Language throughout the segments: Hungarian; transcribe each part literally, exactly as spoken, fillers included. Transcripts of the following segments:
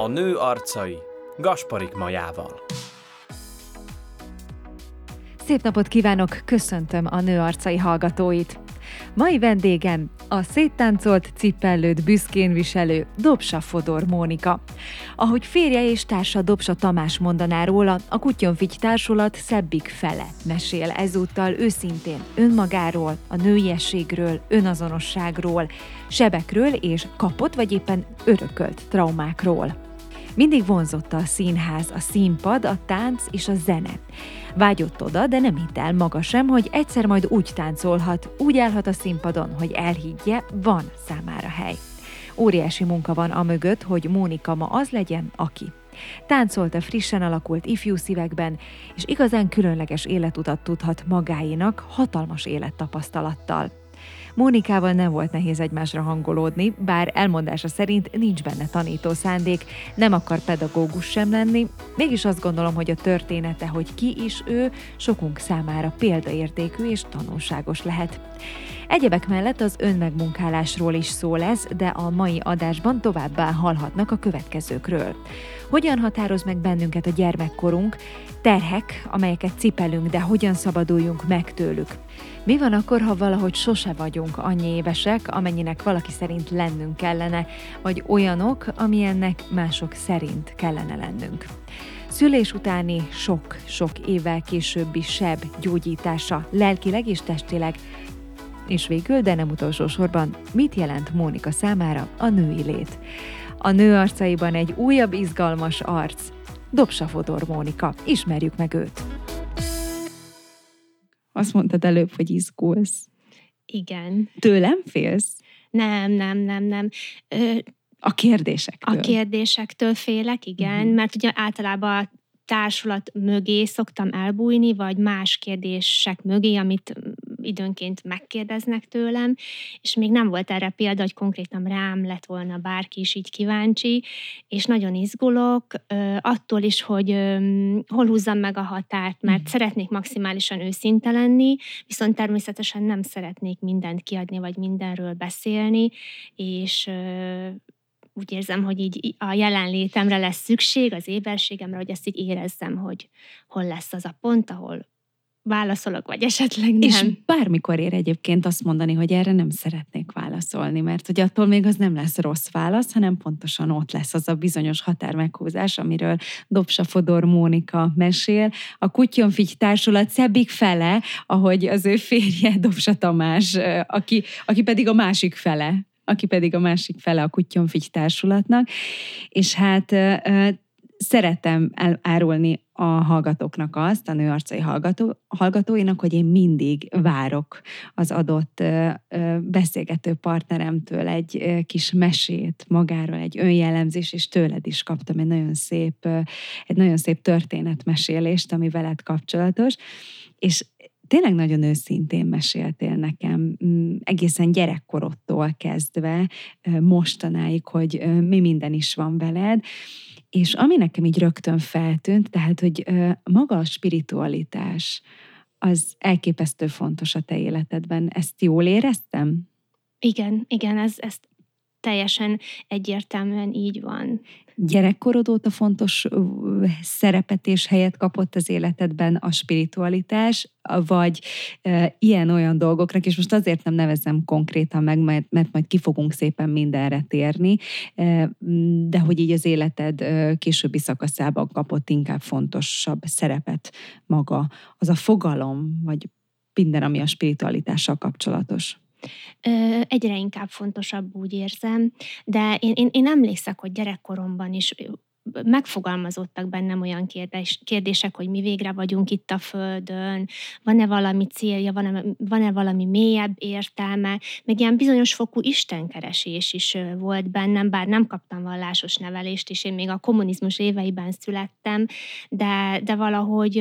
nő arcai Gasparik Majával. Szép napot kívánok, köszöntöm a Nő arcai hallgatóit. Mai vendégem a széttáncolt, cipellőt büszkén viselő Dobsa Fodor Mónika. Ahogy férje és társa Dobsa Tamás mondaná róla, a Kutyonfigy Társulat szebbik fele mesél ezúttal őszintén önmagáról, a nőiességről, önazonosságról, sebekről és kapott vagy éppen örökölt traumákról. Mindig vonzotta a színház, a színpad, a tánc és a zene. Vágyott oda, de nem hitt el maga sem, hogy egyszer majd úgy táncolhat, úgy állhat a színpadon, hogy elhiggye, van számára hely. Óriási munka van amögött, hogy Mónika ma az legyen, aki. Táncolt a frissen alakult ifjú szívekben, és igazán különleges életutat tudhat magáénak, hatalmas élettapasztalattal. Mónikával nem volt nehéz egymásra hangolódni, bár elmondása szerint nincs benne tanító szándék, nem akar pedagógus sem lenni, mégis azt gondolom, hogy a története, hogy ki is ő, sokunk számára példaértékű és tanulságos lehet. Egyebek mellett az önmegmunkálásról is szó lesz, de a mai adásban továbbá hallhatnak a következőkről. Hogyan határoz meg bennünket a gyermekkorunk, terhek, amelyeket cipelünk, de hogyan szabaduljunk meg tőlük? Mi van akkor, ha valahogy sose vagyunk annyi évesek, amennyinek valaki szerint lennünk kellene, vagy olyanok, amilyennek mások szerint kellene lennünk? Szülés utáni sok-sok évvel későbbi seb gyógyítása lelkileg és testileg, és végül, de nem utolsó sorban, mit jelent Mónika számára a női lét? A Nő arcaiban egy újabb izgalmas arc, Dobsa Fodor Mónika. Ismerjük meg őt. Azt mondtad előbb, hogy izgulsz. Igen. Tőlem félsz? Nem, nem, nem, nem. Ö, a kérdésektől. A kérdésektől félek, igen, uh-huh. mert ugye általában a társulat mögé szoktam elbújni, vagy más kérdések mögé, amit időnként megkérdeznek tőlem, és még nem volt erre példa, hogy konkrétan rám lett volna bárki is így kíváncsi, és nagyon izgulok, attól is, hogy hol húzzam meg a határt, mert mm. szeretnék maximálisan őszinte lenni, viszont természetesen nem szeretnék mindent kiadni, vagy mindenről beszélni, és úgy érzem, hogy így a jelenlétemre lesz szükség, az éberségemre, hogy ezt így érezzem, hogy hol lesz az a pont, ahol válaszolok, vagy esetleg nem. És bármikor ér egyébként azt mondani, hogy erre nem szeretnék válaszolni, mert hogy attól még az nem lesz rossz válasz, hanem pontosan ott lesz az a bizonyos határmeghúzás, amiről Dobsa Fodor Mónika mesél. A Kutyonfigy Társulat szebbik fele, ahogy az ő férje Dobsa Tamás, aki, aki pedig a másik fele, aki pedig a másik fele a Kutyonfigy Társulatnak, és hát szeretem elárulni a hallgatóknak azt, a Nő arcai hallgató, hallgatóinak, hogy én mindig várok az adott ö, ö, beszélgető partneremtől egy ö, kis mesét magáról, egy önjellemzés, és tőled is kaptam egy nagyon szép, ö, egy nagyon szép történetmesélést, ami veled kapcsolatos, és tényleg nagyon őszintén meséltél nekem, egészen gyerekkorodtól kezdve mostanáig, hogy mi minden is van veled, és ami nekem így rögtön feltűnt, tehát, hogy maga a spiritualitás az elképesztő fontos a te életedben. Ezt jól éreztem? Igen, igen, ez, ez teljesen egyértelműen így van. Gyerekkorod óta fontos szerepet és helyet kapott az életedben a spiritualitás, vagy e, ilyen-olyan dolgoknak, és most azért nem nevezem konkrétan meg, mert, mert majd ki fogunk szépen mindenre térni, e, de hogy így az életed e, későbbi szakaszában kapott inkább fontosabb szerepet maga, az a fogalom, vagy minden, ami a spiritualitással kapcsolatos. Egyre inkább fontosabb, úgy érzem, de én, én, én emlékszek, hogy gyerekkoromban is megfogalmazódtak bennem olyan kérdés, kérdések, hogy mi végre vagyunk itt a Földön, van-e valami célja, van-e, van-e valami mélyebb értelme, meg ilyen bizonyos fokú istenkeresés is volt bennem, bár nem kaptam vallásos nevelést, és én még a kommunizmus éveiben születtem, de, de valahogy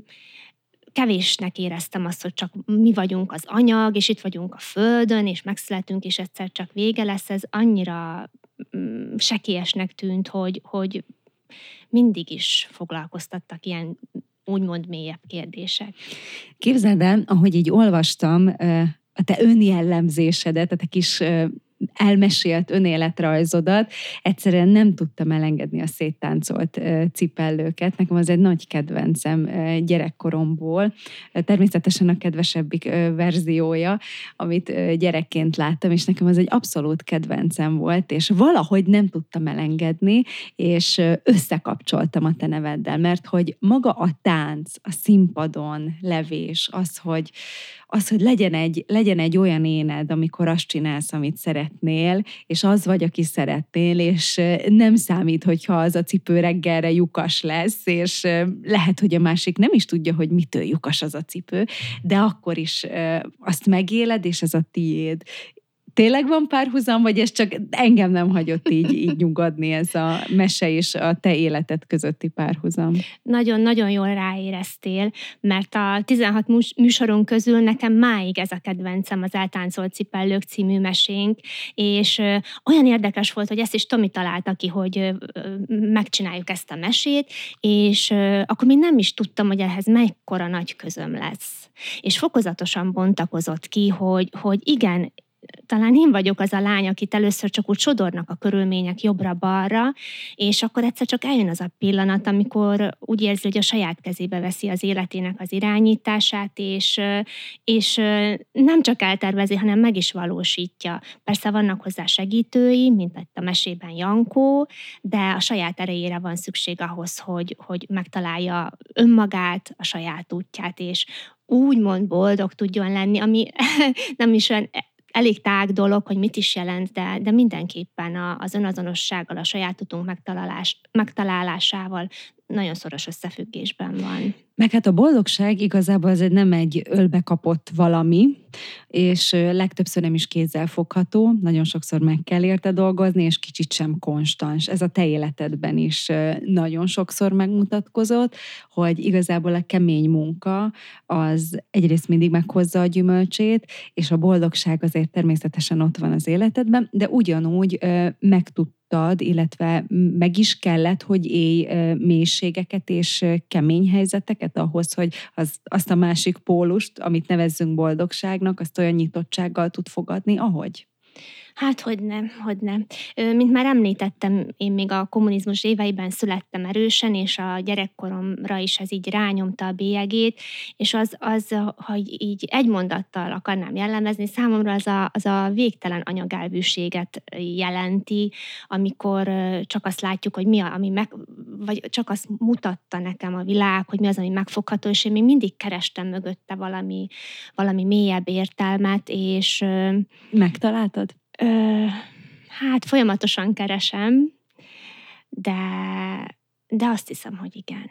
kevésnek éreztem azt, hogy csak mi vagyunk az anyag, és itt vagyunk a Földön, és megszületünk, és egyszer csak vége lesz. Ez annyira mm, sekélyesnek tűnt, hogy, hogy mindig is foglalkoztattak ilyen úgymond mélyebb kérdések. Képzeld el, ahogy így olvastam a te önjellemzésedet, a te kis elmesélt önéletrajzodat, egyszerűen nem tudtam elengedni a széttáncolt cipellőket. Nekem az egy nagy kedvencem gyerekkoromból. Természetesen a kedvesebbik verziója, amit gyerekként láttam, és nekem az egy abszolút kedvencem volt, és valahogy nem tudtam elengedni, és összekapcsoltam a te neveddel, mert hogy maga a tánc, a színpadon levés, az, hogy, az, hogy legyen, egy, legyen egy olyan éned, amikor azt csinálsz, amit szeretnél, és az vagy, aki szeretnél, és nem számít, hogyha az a cipő reggelre lyukas lesz, és lehet, hogy a másik nem is tudja, hogy mitől lyukas az a cipő, de akkor is azt megéled, és ez a tiéd. Tényleg van párhuzam, vagy ez csak engem nem hagyott így, így nyugodni, ez a mese és a te életed közötti párhuzam? Nagyon-nagyon jól ráéreztél, mert a tizenhat műsorunk közül nekem máig ez a kedvencem, az Eltáncolt cipellők című mesénk, és olyan érdekes volt, hogy ezt is Tomi találta ki, hogy megcsináljuk ezt a mesét, és akkor még nem is tudtam, hogy ehhez mekkora nagy közöm lesz. És fokozatosan bontakozott ki, hogy, hogy igen, talán én vagyok az a lány, akit először csak úgy sodornak a körülmények jobbra-balra, és akkor egyszer csak eljön az a pillanat, amikor úgy érzi, hogy a saját kezébe veszi az életének az irányítását, és, és nem csak eltervezi, hanem meg is valósítja. Persze vannak hozzá segítői, mint itt a mesében Jankó, de a saját erejére van szükség ahhoz, hogy, hogy megtalálja önmagát, a saját útját, és úgymond boldog tudjon lenni, ami nem is olyan elég tág dolog, hogy mit is jelent, de, de mindenképpen az önazonossággal, a saját utunk megtalálás, megtalálásával nagyon szoros összefüggésben van. Meg hát a boldogság igazából ez nem egy ölbekapott valami, és legtöbbször nem is kézzelfogható, nagyon sokszor meg kell érte dolgozni, és kicsit sem konstans. Ez a te életedben is nagyon sokszor megmutatkozott, hogy igazából a kemény munka az egyrészt mindig meghozza a gyümölcsét, és a boldogság azért természetesen ott van az életedben, de ugyanúgy meg tud illetve meg is kellett, hogy élj mélységeket és kemény helyzeteket ahhoz, hogy az, azt a másik pólust, amit nevezzünk boldogságnak, azt olyan nyitottsággal tud fogadni, ahogy? Hát, hogy nem, hogy nem. Mint már említettem, én még a kommunizmus éveiben születtem erősen, és a gyerekkoromra is ez így rányomta a bélyegét, és az, az ha így egy mondattal akarnám jellemezni, számomra az a, az a végtelen anyagelvűséget jelenti, amikor csak azt látjuk, hogy mi a, ami meg, vagy csak azt mutatta nekem a világ, hogy mi az, ami megfogható, és én még mindig kerestem mögötte valami, valami mélyebb értelmet, és... Megtaláltad? Ö, hát folyamatosan keresem, de, de azt hiszem, hogy igen.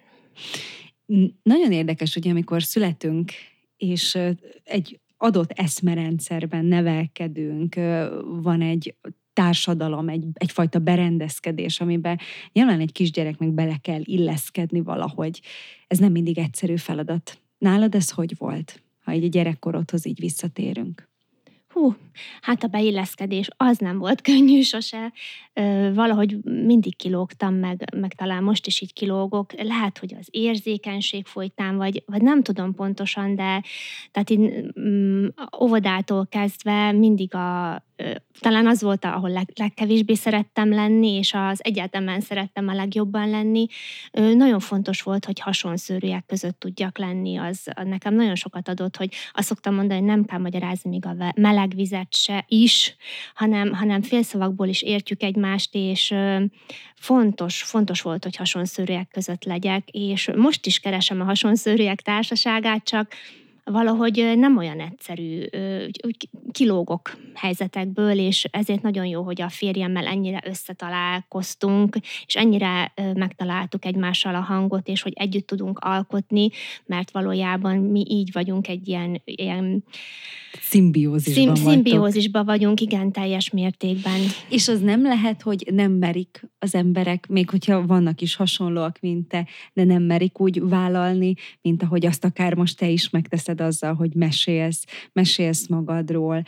Nagyon érdekes, hogy amikor születünk, és egy adott eszmerendszerben nevelkedünk, van egy társadalom, egy, egyfajta berendezkedés, amiben nyilván egy kisgyereknek bele kell illeszkedni valahogy. Ez nem mindig egyszerű feladat. Nálad ez hogy volt, ha egy gyerekkorodhoz így visszatérünk? Hú, hát a beilleszkedés az nem volt könnyű sose. Ö, valahogy mindig kilógtam, meg, meg talán most is így kilógok. Lehet, hogy az érzékenység folytán, vagy, vagy nem tudom pontosan, de tehát így mm, óvodától kezdve mindig a talán az volt, ahol leg, legkevésbé szerettem lenni, és az egyáltalán szerettem a legjobban lenni. Nagyon fontos volt, hogy hasonszőrűek között tudjak lenni. Az nekem nagyon sokat adott, hogy azt szoktam mondani, hogy nem kell magyarázni még a meleg vizet se is, hanem, hanem félszavakból is értjük egymást, és fontos, fontos volt, hogy hasonszőrűek között legyek, és most is keresem a hasonszőrűek társaságát, csak valahogy nem olyan egyszerű, úgy kilógok helyzetekből, és ezért nagyon jó, hogy a férjemmel ennyire összetalálkoztunk, és ennyire megtaláltuk egymással a hangot, és hogy együtt tudunk alkotni, mert valójában mi így vagyunk egy ilyen... ilyen szimbiózisban szim, szimbiózisban vagyunk, igen, teljes mértékben. És az nem lehet, hogy nem merik az emberek, még hogyha vannak is hasonlóak, mint te, de nem merik úgy vállalni, mint ahogy azt akár most te is megteszed azzal, hogy mesélsz, mesélsz magadról.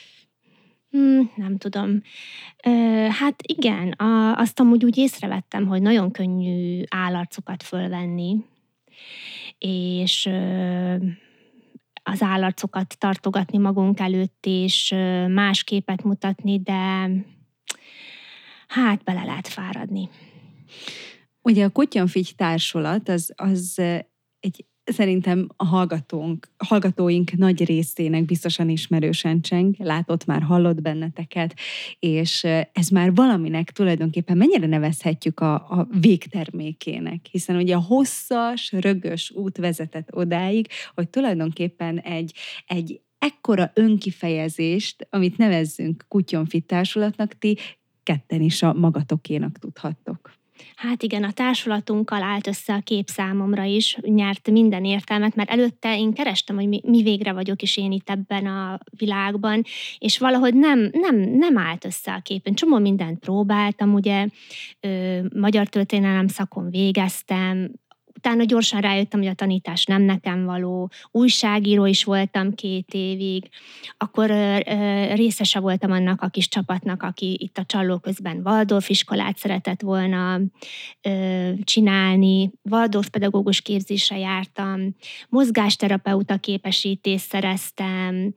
Hmm, nem tudom. Ö, hát igen, a, azt amúgy úgy észrevettem, hogy nagyon könnyű állarcokat fölvenni, és ö, az állarcokat tartogatni magunk előtt, és más képet mutatni, de hát bele lehet fáradni. Ugye a Kutyonfigy társulat az, az egy szerintem a hallgatónk, hallgatóink nagy részének biztosan ismerősen cseng, látott már, hallott benneteket, és ez már valaminek tulajdonképpen mennyire nevezhetjük a, a végtermékének, hiszen ugye a hosszas, rögös út vezetett odáig, hogy tulajdonképpen egy, egy ekkora önkifejezést, amit nevezzünk Kutyonfigy társulatnak, ti ketten is a magatokénak tudhattok. Hát igen, a társulatunkkal állt össze a kép számomra is, nyert minden értelmet, mert előtte én kerestem, hogy mi, mi végre vagyok is én itt ebben a világban, és valahogy nem, nem, nem állt össze a kép. Én csomó mindent próbáltam, ugye ö, magyar történelem szakon végeztem, utána gyorsan rájöttem, hogy a tanítás nem nekem való, újságíró is voltam két évig, akkor ö, ö, részese voltam annak a kis csapatnak, aki itt a Csalló közben Waldorf iskolát szeretett volna ö, csinálni, Waldorf pedagógus képzésre jártam, mozgásterapeuta képesítést szereztem,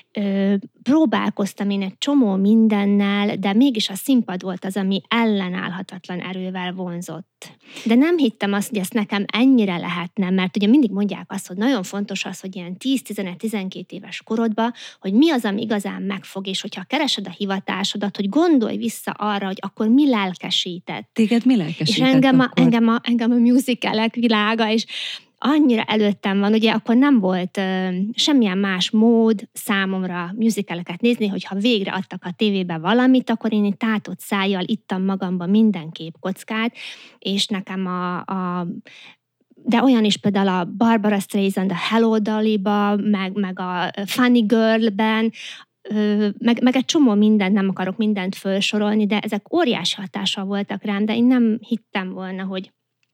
ö, próbálkoztam én egy csomó mindennel, de mégis a színpad volt az, ami ellenállhatatlan erővel vonzott. De nem hittem azt, hogy ezt nekem ennyire lehetne, mert ugye mindig mondják azt, hogy nagyon fontos az, hogy ilyen tíz-tizenegy-tizenkét éves korodban, hogy mi az, ami igazán megfog, és hogyha keresed a hivatásodat, hogy gondolj vissza arra, hogy akkor mi lelkesített. Téged mi lelkesített? És engem a, engem a, engem a musicalek világa, és annyira előttem van, ugye akkor nem volt uh, semmilyen más mód számomra musicaleket nézni, hogyha végre adtak a tévébe valamit, akkor én itt tátott szájjal ittam magamba minden képkockát, és nekem a, a de olyan is például a Barbara Streisand, a Hello Dolly-ba, meg, meg a Funny Girl-ben, meg, meg egy csomó mindent, nem akarok mindent felsorolni, de ezek óriási hatással voltak rám, de én nem hittem volna, hogy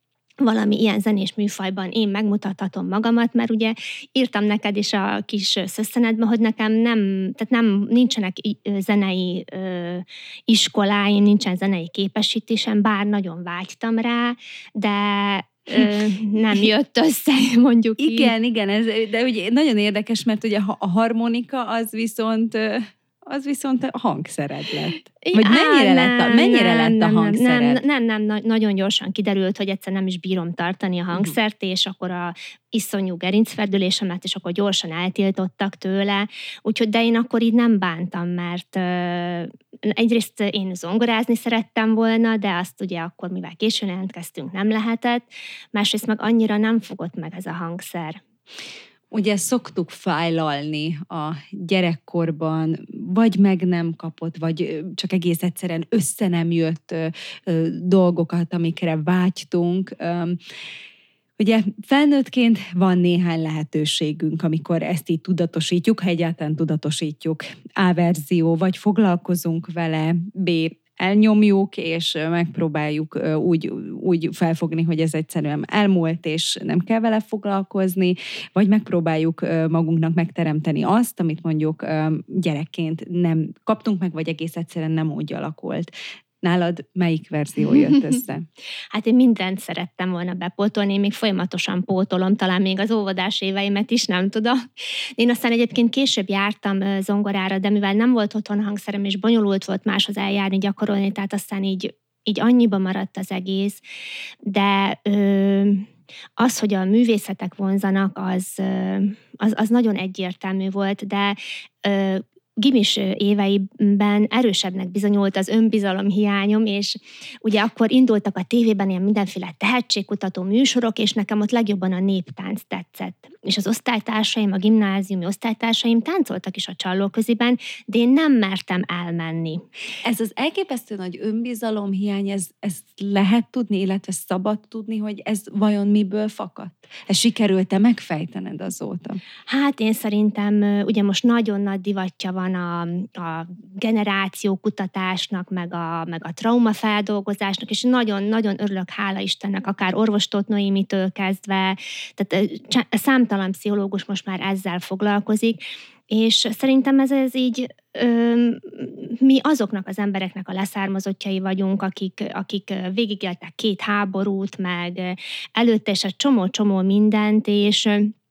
valami ilyen zenés műfajban én megmutathatom magamat, mert ugye írtam neked is a kis szösszenetben, hogy nekem nem, tehát nem, nincsenek zenei ö, iskoláim, nincsen zenei képesítésem, bár nagyon vágytam rá, de ö, nem jött össze, mondjuk igen, így. Igen, ez, de ugye nagyon érdekes, mert ugye a harmonika az viszont... az viszont a hangszered lett. Vagy mennyire nem, lett a, mennyire nem, lett a nem, hangszered? Nem, nem, nem, nagyon gyorsan kiderült, hogy egyszer nem is bírom tartani a hangszert, uh-huh. és akkor a iszonyú gerincferdülésemet, és akkor gyorsan eltiltottak tőle. Úgyhogy, de én akkor így nem bántam, mert uh, egyrészt én zongorázni szerettem volna, de azt ugye akkor, mivel későn jelentkeztünk, nem lehetett. Másrészt meg annyira nem fogott meg ez a hangszer. Ugye szoktuk fájlalni a gyerekkorban, vagy meg nem kapott, vagy csak egész egyszerűen össze nem jött ö, ö, dolgokat, amikre vágytunk. Ö, ugye felnőttként van néhány lehetőségünk, amikor ezt így tudatosítjuk, ha egyáltalán tudatosítjuk. A verzió, vagy foglalkozunk vele, B elnyomjuk, és megpróbáljuk úgy, úgy felfogni, hogy ez egyszerűen elmúlt, és nem kell vele foglalkozni, vagy megpróbáljuk magunknak megteremteni azt, amit mondjuk gyerekként nem kaptunk meg, vagy egész egyszerűen nem úgy alakult. Nálad melyik verzió jött össze? Hát én mindent szerettem volna bepótolni, én még folyamatosan pótolom, talán még az óvodás éveimet is, nem tudom. Én aztán egyébként később jártam zongorára, de mivel nem volt otthon hangszerem, és bonyolult volt máshoz eljárni, gyakorolni, tehát aztán így, így annyiba maradt az egész. De ö, az, hogy a művészetek vonzanak, az, az, az nagyon egyértelmű volt, de ö, gimis éveiben erősebbnek bizonyult az önbizalom hiányom, és ugye akkor indultak a tévében ilyen mindenféle tehetségkutató műsorok, és nekem ott legjobban a néptánc tetszett. És az osztálytársaim, a gimnáziumi osztálytársaim táncoltak is a Csallóköziben, de én nem mertem elmenni. Ez az elképesztő nagy önbizalom hiány, ez, ezt lehet tudni, illetve szabad tudni, hogy ez vajon miből fakadt? Ez sikerült-e megfejtened azóta? Hát én szerintem ugye most nagyon nagy divatja van a, a generációkutatásnak, meg a, meg a traumafeldolgozásnak, és nagyon-nagyon örülök, hála Istennek, akár orvostót Noémitől kezdve, tehát számtalan pszichológus most már ezzel foglalkozik, és szerintem ez, ez így, ö, mi azoknak az embereknek a leszármazottjai vagyunk, akik, akik végigéltek két háborút, meg előtte és egy csomó-csomó mindent, és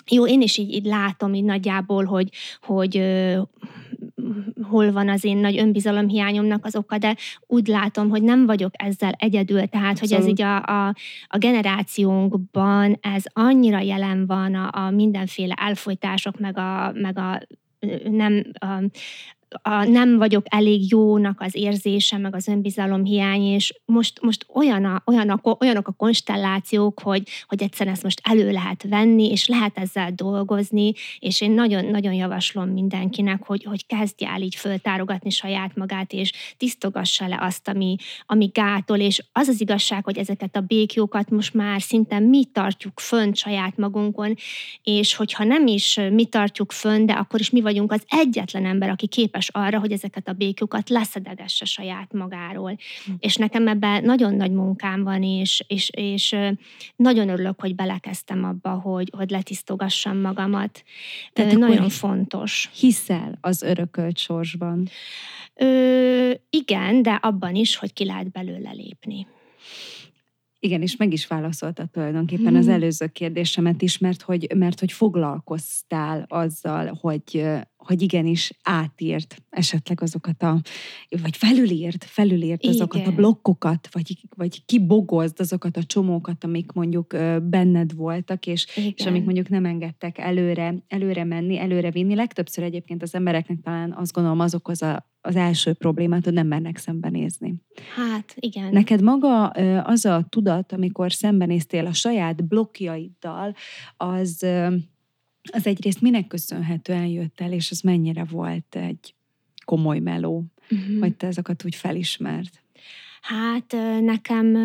jó, én is így, így látom így nagyjából, hogy, hogy ö, hol van az én nagy önbizalomhiányomnak az oka, de úgy látom, hogy nem vagyok ezzel egyedül, tehát, Abszolút. hogy ez így a, a, a generációnkban ez annyira jelen van, a, a mindenféle elfojtások, meg a, meg a nem... A, a nem vagyok elég jónak az érzése, meg az önbizalomhiány, és most, most olyan a, olyan a, olyanok a konstellációk, hogy, hogy egyszerűen ezt most elő lehet venni, és lehet ezzel dolgozni, és én nagyon-nagyon javaslom mindenkinek, hogy, hogy kezdje el így föltárogatni saját magát, és tisztogassa le azt, ami, ami gátol, és az az igazság, hogy ezeket a békjókat most már szinte mi tartjuk fönt saját magunkon, és hogyha nem is mi tartjuk fönt, de akkor is mi vagyunk az egyetlen ember, aki képes arra, hogy ezeket a békjókat leszedegesse saját magáról. Hm. És nekem ebben nagyon nagy munkám van, és, és, és nagyon örülök, hogy belekezdtem abba, hogy, hogy letisztogassam magamat. Tehát nagyon fontos. Hiszel az örökölt sorsban? Ö, igen, de abban is, hogy ki lehet belőle lépni. Igen, és meg is válaszoltad tulajdonképpen hmm. az előző kérdésemet is, mert hogy, mert hogy foglalkoztál azzal, hogy, hogy igenis átírt esetleg azokat a, vagy felülírt, felülírt azokat Igen. a blokkokat, vagy, vagy kibogozd azokat a csomókat, amik mondjuk benned voltak, és, és amik mondjuk nem engedtek előre, előre menni, előre vinni. Legtöbbször egyébként az embereknek talán azt gondolom az okoz a az első problémát, hogy nem mernek szembenézni. Hát, igen. Neked maga az a tudat, amikor szembenéztél a saját blokkjaiddal, az, az egyrészt minek köszönhetően jött el, és az mennyire volt egy komoly meló, uh-huh. hogy te ezeket úgy felismerd? Hát nekem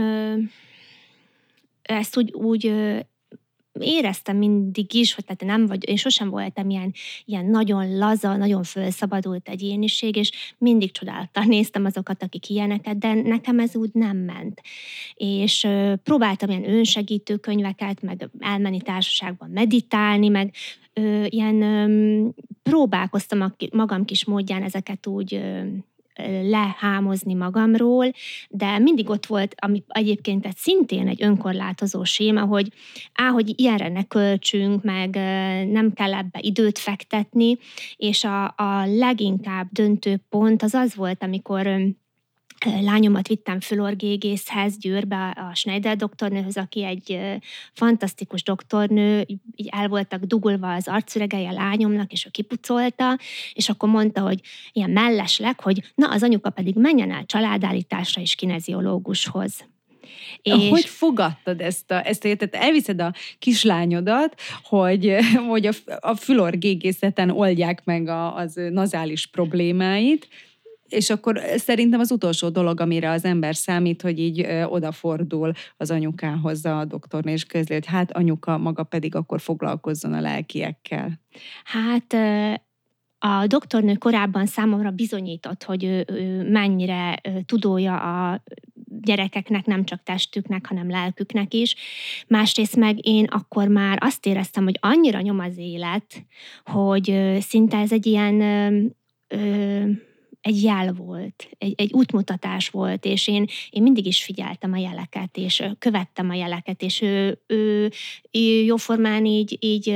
ezt úgy, úgy éreztem mindig is, hogy tehát nem vagy, én sosem voltam ilyen, ilyen nagyon laza, nagyon fölszabadult egyéniség, és mindig csodálattal néztem azokat, akik ilyeneket, de nekem ez úgy nem ment. És ö, próbáltam ilyen önsegítő könyveket, meg elmenni társaságban meditálni, meg ö, ilyen ö, próbálkoztam a magam kis módján ezeket úgy ö, lehámozni magamról, de mindig ott volt, ami egyébként egy szintén egy önkorlátozó séma, hogy á, hogy ilyenre ne költsünk, meg nem kell ebbe időt fektetni, és a, a leginkább döntő pont az az volt, amikor lányomat vittem fülorgégészhez Győrbe, a Schneider doktornőhöz, aki egy fantasztikus doktornő, így el voltak dugulva az arcüregei a lányomnak, és ő kipucolta, és akkor mondta, hogy ilyen mellesleg, hogy na, az anyuka pedig menjen el családállításra és kineziológushoz. És... Hogy fogadtad ezt a, ezt a tehát elviszed a kislányodat, hogy, hogy a, a fülorgégészeten oldják meg a, az nazális problémáit, és akkor szerintem az utolsó dolog, amire az ember számít, hogy így ö, odafordul az anyukához a doktornő, és közli, hogy hát anyuka maga pedig akkor foglalkozzon a lelkiekkel. Hát a doktornő korábban számomra bizonyított, hogy ő, ő mennyire tudója a gyerekeknek, nem csak testüknek, hanem lelküknek is. Másrészt meg én akkor már azt éreztem, hogy annyira nyom az élet, hogy szinte ez egy ilyen... Ö, egy jel volt, egy, egy útmutatás volt, és én, én mindig is figyeltem a jeleket, és követtem a jeleket, és ő, ő, ő jóformán így, így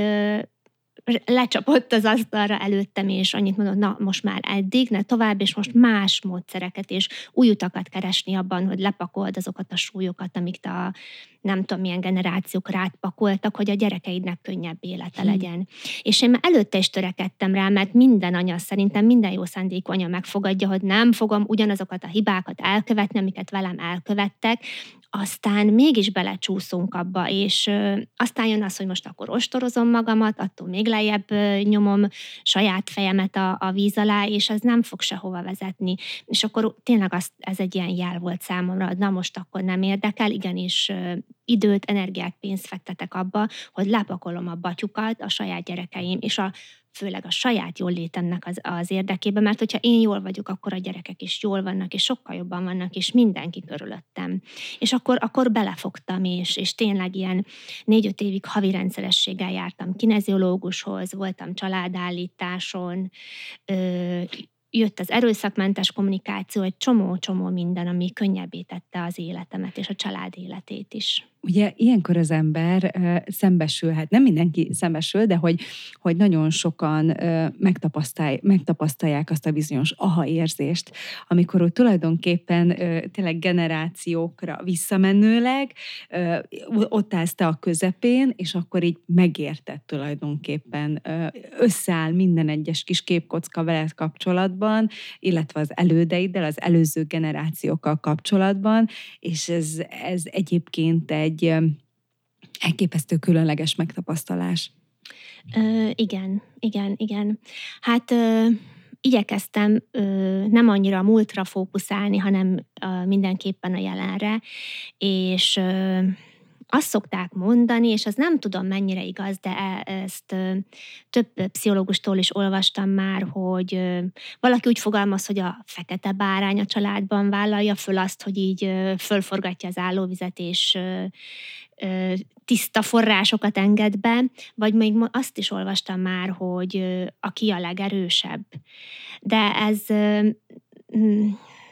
lecsapott az asztalra előttem, és annyit mondott, na most már eddig, ne tovább, és most más módszereket, és új utakat keresni abban, hogy lepakold azokat a súlyokat, amiket a nem tudom milyen generációk rád pakoltak, hogy a gyerekeidnek könnyebb élete hmm. legyen. És én már előtte is törekedtem rá, mert minden anya, szerintem minden jó szándékú anya megfogadja, hogy nem fogom ugyanazokat a hibákat elkövetni, amiket velem elkövettek, aztán mégis belecsúszunk abba, és ö, aztán jön az, hogy most akkor ostorozom magamat, attól még lejjebb ö, nyomom saját fejemet a, a víz alá, és ez nem fog sehova vezetni. És akkor tényleg az, ez egy ilyen jel volt számomra, na most akkor nem érdekel, igenis ö, időt, energiát, pénzt fektetek abba, hogy lepakolom a batyukat a saját gyerekeim, és a főleg a saját jól létemnek az, az érdekében, mert hogyha én jól vagyok, akkor a gyerekek is jól vannak, és sokkal jobban vannak, és mindenki körülöttem. És akkor, akkor belefogtam, és, és tényleg ilyen négy-öt évig havi rendszerességgel jártam kineziológushoz, voltam családállításon, ö, jött az erőszakmentes kommunikáció, egy csomó-csomó minden, ami könnyebbé tette az életemet, és a család életét is. Ugye ilyenkor az ember uh, szembesülhet, nem mindenki szembesül, de hogy, hogy nagyon sokan uh, megtapasztalj, megtapasztalják azt a bizonyos aha érzést, amikor úgy tulajdonképpen uh, tényleg generációkra visszamenőleg uh, ott állsz te a közepén, és akkor így megérted tulajdonképpen, uh, összeáll minden egyes kis képkocka veled kapcsolatban, illetve az elődeiddel, az előző generációkkal kapcsolatban, és ez, ez egyébként egy egy elképesztő különleges megtapasztalás. Ö, igen, igen, igen. Hát ö, igyekeztem ö, nem annyira a múltra fókuszálni, hanem ö, mindenképpen a jelenre, és ö, azt szokták mondani, és az nem tudom mennyire igaz, de ezt ö, több pszichológustól is olvastam már, hogy ö, valaki úgy fogalmaz, hogy a fekete bárány a családban vállalja föl azt, hogy így ö, fölforgatja az állóvizet, és ö, ö, tiszta forrásokat enged be, vagy még azt is olvastam már, hogy ö, aki a legerősebb. De ez... Ö, mm,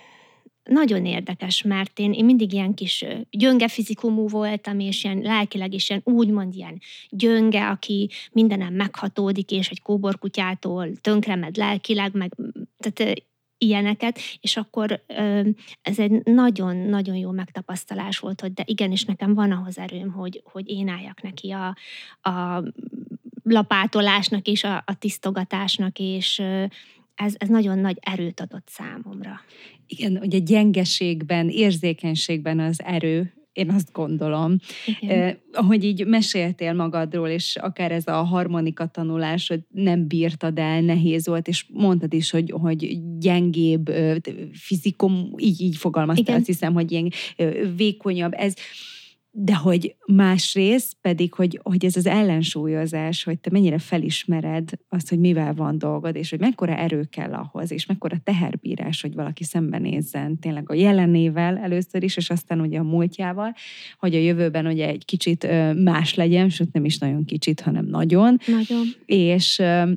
nagyon érdekes, mert én, én mindig ilyen kis gyönge fizikumú voltam, és ilyen lelkileg is ilyen úgymond ilyen gyönge, aki mindenem meghatódik, és egy kóborkutyától tönkremed lelkileg, meg tehát ilyeneket, és akkor ez egy nagyon-nagyon jó megtapasztalás volt, hogy de igenis nekem van ahhoz erőm, hogy, hogy én álljak neki a, a lapátolásnak és a, a tisztogatásnak, és Ez, ez nagyon nagy erőt adott számomra. Igen, hogy a gyengeségben, érzékenységben az erő, én azt gondolom. Eh, ahogy így meséltél magadról, és akár ez a harmonika tanulás, hogy nem bírtad el, nehéz volt, és mondtad is, hogy, hogy gyengébb fizikum, így, így fogalmaztál, azt hiszem, hogy ilyen vékonyabb, ez... De hogy másrészt pedig, hogy, hogy ez az ellensúlyozás, hogy te mennyire felismered azt, hogy mivel van dolgod, és hogy mekkora erő kell ahhoz, és mekkora teherbírás, hogy valaki szembenézzen tényleg a jelenével először is, és aztán ugye a múltjával, hogy a jövőben ugye egy kicsit más legyen, sőt nem is nagyon kicsit, hanem nagyon. Nagyon. És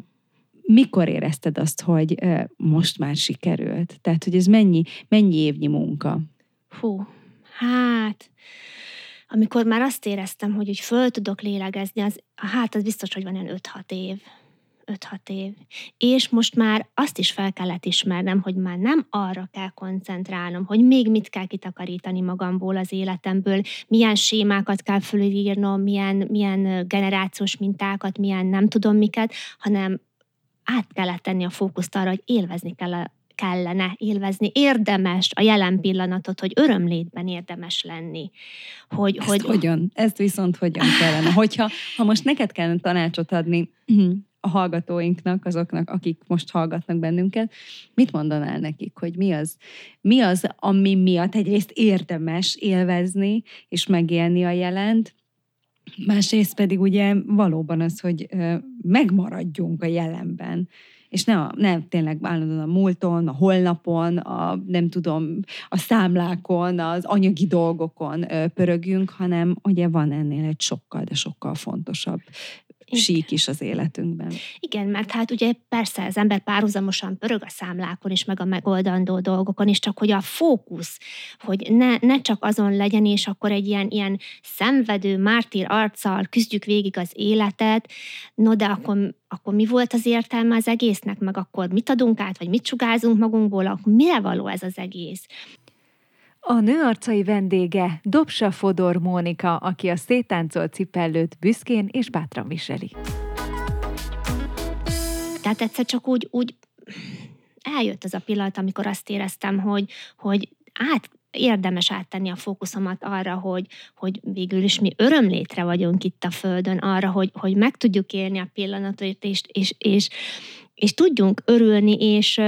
mikor érezted azt, hogy most már sikerült? Tehát, hogy ez mennyi, mennyi évnyi munka? Hú, hát... Amikor már azt éreztem, hogy úgy föl tudok lélegezni, az, hát az biztos, hogy van ilyen öt-hat év. öt-hat év. És most már azt is fel kellett ismernem, hogy már nem arra kell koncentrálnom, hogy még mit kell kitakarítani magamból, az életemből, milyen sémákat kell fölírnom, milyen, milyen generációs mintákat, milyen nem tudom miket, hanem át kellett tenni a fókuszt arra, hogy élvezni kell a kellene élvezni, érdemes a jelen pillanatot, hogy örömlétben érdemes lenni. Hogy, Ezt hogy... hogyan? Ezt viszont hogyan kellene? Hogyha ha most neked kellene tanácsot adni a hallgatóinknak, azoknak, akik most hallgatnak bennünket, mit mondanál nekik, hogy mi az, mi az, ami miatt egyrészt érdemes élvezni és megélni a jelent, másrészt pedig ugye valóban az, hogy megmaradjunk a jelenben, és ne, a, ne tényleg állandóan a múlton, a holnapon, a, nem tudom, a számlákon, az anyagi dolgokon pörögjünk, hanem ugye van ennél egy sokkal, de sokkal fontosabb sík is az életünkben. Igen, mert hát ugye persze az ember párhuzamosan pörög a számlákon is, meg a megoldandó dolgokon is, csak hogy a fókusz, hogy ne, ne csak azon legyen, és akkor egy ilyen, ilyen szenvedő, mártír arccal küzdjük végig az életet, no de akkor, akkor mi volt az értelme az egésznek, meg akkor mit adunk át, vagy mit sugárzunk magunkból, akkor mire való ez az egész? A nőarcai vendége Dobsa Fodor Mónika, aki a széttáncolt cipellőt büszkén és bátran viseli. Tehát egyszer csak úgy, úgy eljött az a pillanat, amikor azt éreztem, hogy, hogy át, érdemes áttenni a fókuszomat arra, hogy, hogy végül is mi örömlétre vagyunk itt a Földön, arra, hogy, hogy meg tudjuk élni a pillanatot, és, és, és, és tudjunk örülni, és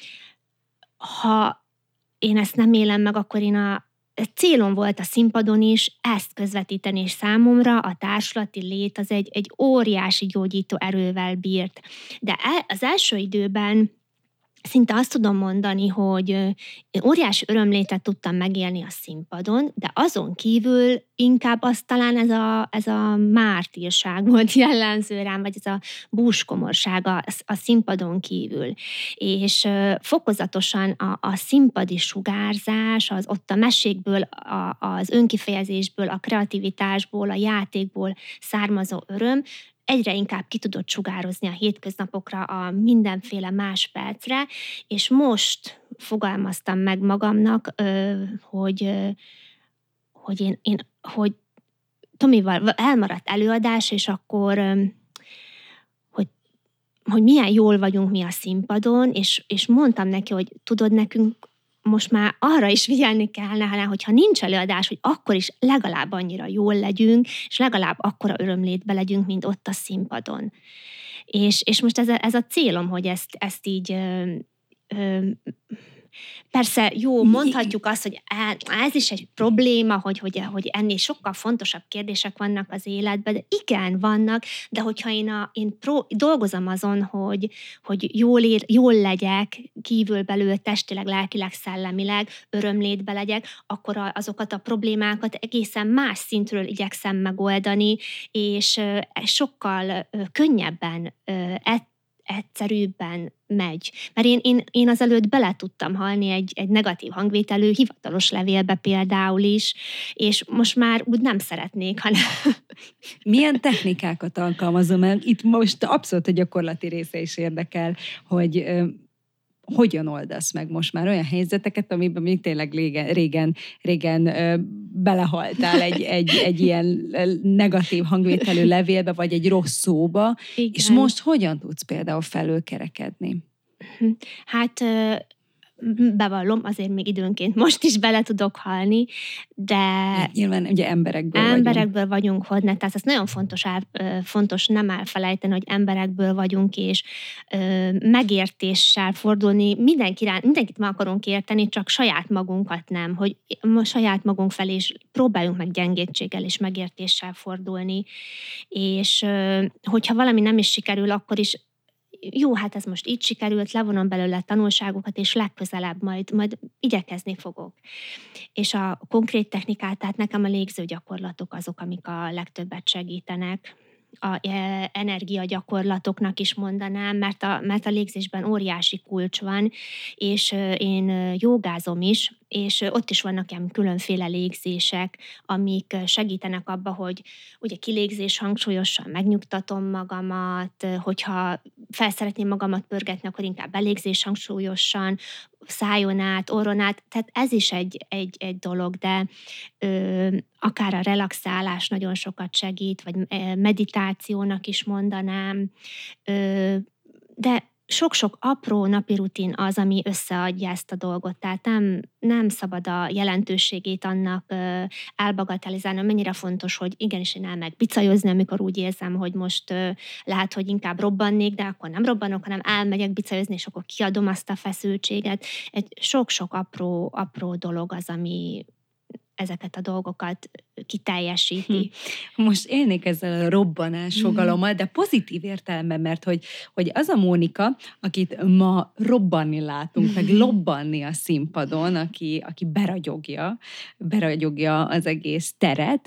ha én ezt nem élem meg, akkor én a célom volt a színpadon is ezt közvetíteni, és számomra a társulati lét az egy, egy óriási gyógyító erővel bírt. De az első időben szinte azt tudom mondani, hogy én óriási örömlétet tudtam megélni a színpadon, de azon kívül inkább az talán ez a, ez a mártírság volt jellemző rám, vagy ez a búskomorság a, a színpadon kívül. És fokozatosan a, a színpadi sugárzás, az ott a mesékből, a, az önkifejezésből, a kreativitásból, a játékból származó öröm egyre inkább ki tudott sugározni a hétköznapokra, a mindenféle más percre, és most fogalmaztam meg magamnak, hogy, hogy én, én hogy Tomival elmaradt előadás, és akkor hogy, hogy milyen jól vagyunk mi a színpadon, és, és mondtam neki, hogy tudod, nekünk most már arra is figyelni kellene, hogyha nincs előadás, hogy akkor is legalább annyira jól legyünk, és legalább akkora örömlétbe legyünk, mint ott a színpadon. És, és most ez a, ez a célom, hogy ezt, ezt így... Ö, ö, Persze, jó, mondhatjuk azt, hogy ez is egy probléma, hogy, hogy, hogy ennél sokkal fontosabb kérdések vannak az életben, de igen, vannak, de hogyha én, a, én pro, dolgozom azon, hogy, hogy jól, ér, jól legyek, kívül belül, testileg, lelkileg, szellemileg, örömlétbe legyek, akkor azokat a problémákat egészen más szintről igyekszem megoldani, és sokkal könnyebben egyszerűbben megy. Mert én, én, én azelőtt bele tudtam halni egy, egy negatív hangvételű hivatalos levélbe például is, és most már úgy nem szeretnék, hanem... Milyen technikákat alkalmazom? Mert itt most abszolút a gyakorlati része is érdekel, hogy hogyan oldasz meg most már olyan helyzeteket, amiben még tényleg régen, régen, régen ö, belehaltál egy, egy, egy ilyen negatív hangvételű levélbe, vagy egy rossz szóba, igen. És most hogyan tudsz például felülkerekedni? Hát... Ö... bevallom, azért még időnként most is bele tudok halni, de... Nyilván ugye emberekből, emberekből vagyunk. vagyunk hodne, tehát ez nagyon fontos, el, fontos nem elfelejteni, hogy emberekből vagyunk, és ö, megértéssel fordulni, mindenki, mindenkit meg akarunk érteni, csak saját magunkat nem, hogy saját magunk felé is próbáljunk meg gyengétséggel és megértéssel fordulni, és ö, hogyha valami nem is sikerül, akkor is jó, hát ez most így sikerült, levonom belőle tanulságokat, és legközelebb majd, majd igyekezni fogok. És a konkrét technikát, tehát nekem a légző gyakorlatok azok, amik a legtöbbet segítenek. A energiagyakorlatoknak is mondanám, mert a, mert a légzésben óriási kulcs van, és én jogázom is, és ott is vannak ilyen különféle légzések, amik segítenek abba, hogy ugye kilégzés hangsúlyosan megnyugtatom magamat, hogyha fel szeretném magamat pörgetni, akkor inkább belégzés hangsúlyosan, szájon át, orron át, tehát ez is egy, egy, egy dolog, de ö, akár a relaxálás nagyon sokat segít, vagy meditációnak is mondanám, ö, de sok-sok apró napi rutin az, ami összeadja ezt a dolgot, tehát nem, nem szabad a jelentőségét annak ö, elbagatelizálni, mennyire fontos, hogy igenis én elmegyek bicajozni, amikor úgy érzem, hogy most ö, lehet, hogy inkább robbannék, de akkor nem robbanok, hanem elmegyek bicajozni, és akkor kiadom azt a feszültséget. Egy sok-sok apró, apró dolog az, ami ezeket a dolgokat kiteljesíti. Most élnék ezzel a robbanás fogalommal, de pozitív értelemben, mert hogy, hogy az a Mónika, akit ma robbanni látunk, meg lobbanni a színpadon, aki, aki beragyogja, beragyogja az egész teret,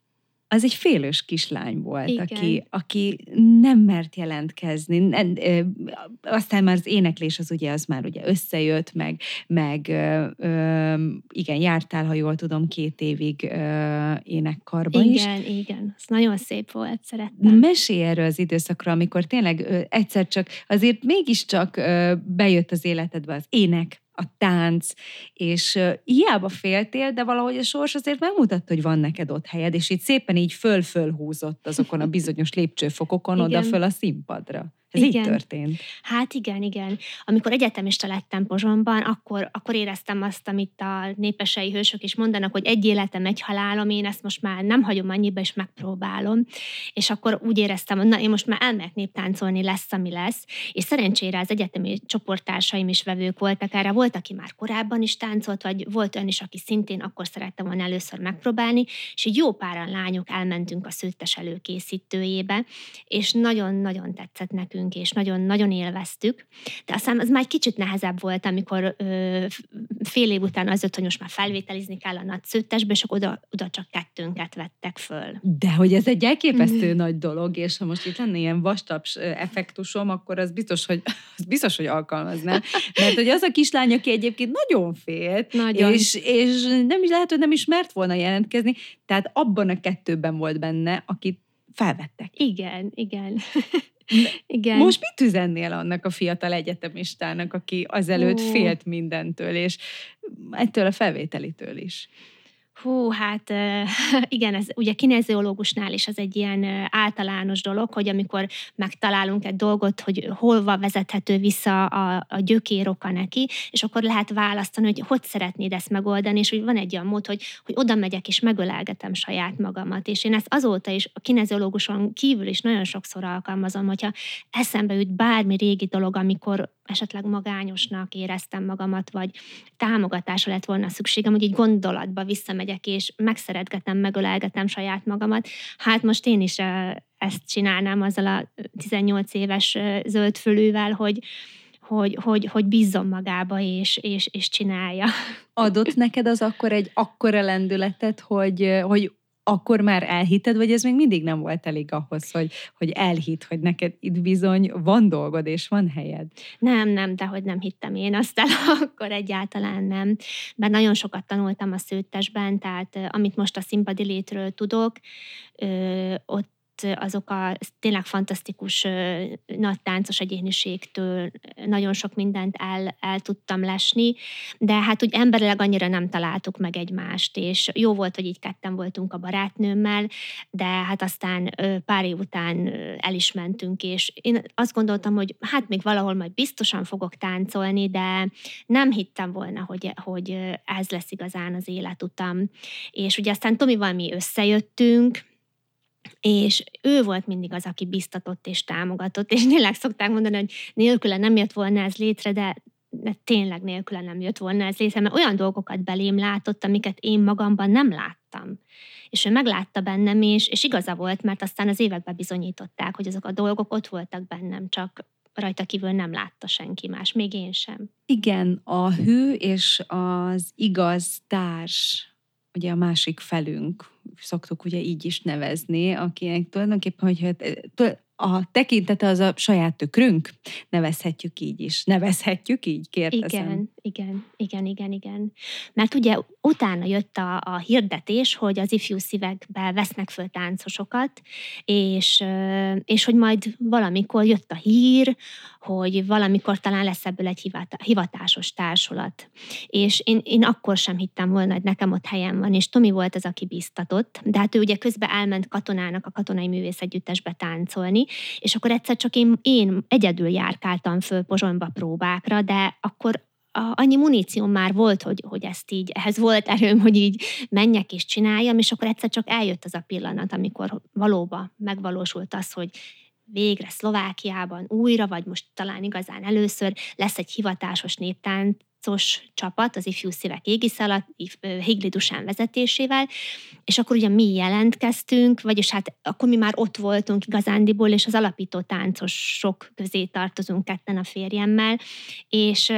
az egy félős kislány volt, aki, aki nem mert jelentkezni. Nem, ö, aztán már az éneklés az ugye, az már ugye összejött, meg, meg ö, ö, igen, jártál, ha jól tudom, két évig ö, énekkarban igen, is. Igen, igen. Ez nagyon szép volt, szerettem. Mesélj erről az időszakról, amikor tényleg ö, egyszer csak, azért mégiscsak ö, bejött az életedbe az ének, a tánc, és uh, hiába féltél, de valahogy a sors azért megmutatta, hogy van neked ott helyed, és így szépen így föl-föl húzott azokon a bizonyos lépcsőfokokon oda föl a színpadra. Ez igen. Így történt. Hát igen, igen. Amikor egyetemista lettem Pozsonyban, akkor, akkor éreztem azt, amit a népesei hősök is mondanak, hogy egy életem, egy halálom, én ezt most már nem hagyom annyiba, és megpróbálom. És akkor úgy éreztem, hogy na, én most már elmegyek néptáncolni, lesz, ami lesz. És szerencsére az egyetemi csoporttársaim is vevők voltak erre. Volt, aki már korábban is táncolt, vagy volt olyan is, aki szintén akkor szerettem volna először megpróbálni, és így jó páran lányok elmentünk a szőttes előkészítőjébe, és nagyon-nagyon tetszett nekünk nekünk, és nagyon-nagyon élveztük. De aztán az már egy kicsit nehezebb volt, amikor ö, fél év után az jött, hogy most már felvételizni kell a nagy szőttesbe, és akkor oda, oda csak kettőnket vettek föl. De hogy ez egy elképesztő nagy dolog, és ha most itt lenne ilyen vastaps effektusom, akkor az biztos, hogy, az biztos, hogy alkalmaznám. Mert hogy az a kislány, aki egyébként nagyon félt, Nagyon. És, és nem is lehet, hogy nem is mert volna jelentkezni, tehát abban a kettőben volt benne, akit felvettek. Igen, igen. Igen. Most mit üzennél annak a fiatal egyetemistának, aki azelőtt Ó. félt mindentől, és ettől a felvételitől is? Hú, hát igen, ez ugye kineziológusnál is az egy ilyen általános dolog, hogy amikor megtalálunk egy dolgot, hogy hova vezethető vissza a, a gyökér oka neki, és akkor lehet választani, hogy hogy szeretnéd ezt megoldani, és hogy van egy olyan mód, hogy, hogy oda megyek és megölelgetem saját magamat. És én ezt azóta is a kineziológuson kívül is nagyon sokszor alkalmazom, hogyha eszembe jut bármi régi dolog, amikor esetleg magányosnak éreztem magamat, vagy támogatásra lett volna szükségem, hogy így gondolatba visszamegyek, és megszeretgetem, megölelgetem saját magamat. Hát most én is ezt csinálnám azzal a tizennyolc éves zöldfülűvel, hogy, hogy, hogy, hogy bízzon magába, és, és, és csinálja. Adott neked az akkor egy akkora lendületet, hogy, hogy akkor már elhitted, vagy ez még mindig nem volt elég ahhoz, hogy, hogy elhitt, hogy neked itt bizony van dolgod, és van helyed? Nem, nem, de hogy nem hittem én azt el, akkor egyáltalán nem. Mert nagyon sokat tanultam a szőttesben, tehát amit most a színpadi létről tudok, ott azok a tényleg fantasztikus nagy táncos egyéniségtől nagyon sok mindent el, el tudtam lesni, de hát úgy emberileg annyira nem találtuk meg egymást, és jó volt, hogy így ketten voltunk a barátnőmmel, de hát aztán pár év után el is mentünk, és én azt gondoltam, hogy hát még valahol majd biztosan fogok táncolni, de nem hittem volna, hogy, hogy ez lesz igazán az életutam. És ugye aztán Tomival mi összejöttünk, és ő volt mindig az, aki biztatott és támogatott, és tényleg szokták mondani, hogy nélküle nem jött volna ez létre, de, de tényleg nélküle nem jött volna ez létre, mert olyan dolgokat belém látott, amiket én magamban nem láttam. És ő meglátta bennem, és, és igaza volt, mert aztán az években bizonyították, hogy azok a dolgok ott voltak bennem, csak rajta kívül nem látta senki más, még én sem. Igen, a hű és az igaz társ, ugye a másik felünk, szoktuk ugye így is nevezni, akinek tulajdonképpen, hogy a tekintete az a saját tükrünk, nevezhetjük így is. Nevezhetjük így, kérdezem. Igen, igen, igen, igen, igen. Mert ugye utána jött a, a hirdetés, hogy az ifjú szívekbe vesznek föl táncosokat, és, és hogy majd valamikor jött a hír, hogy valamikor talán lesz ebből egy hivatásos társulat. És én, én akkor sem hittem volna, hogy nekem ott helyem van, és Tomi volt az, aki biztatott, de hát ő ugye közben elment katonának a Katonai Művészegyüttesbe táncolni, és akkor egyszer csak én, én egyedül járkáltam föl Pozsonyba próbákra, de akkor a, annyi munícióm már volt, hogy, hogy ezt így, ehhez volt erőm, hogy így menjek és csináljam, és akkor egyszer csak eljött az a pillanat, amikor valóban megvalósult az, hogy végre Szlovákiában újra, vagy most talán igazán először lesz egy hivatásos néptáncos csapat, az Ifjú Szívek égisze alatt, Higli Dusán vezetésével, és akkor ugye mi jelentkeztünk, vagyis hát akkor mi már ott voltunk igazándiból, és az alapító táncosok közé tartozunk ketten a férjemmel, és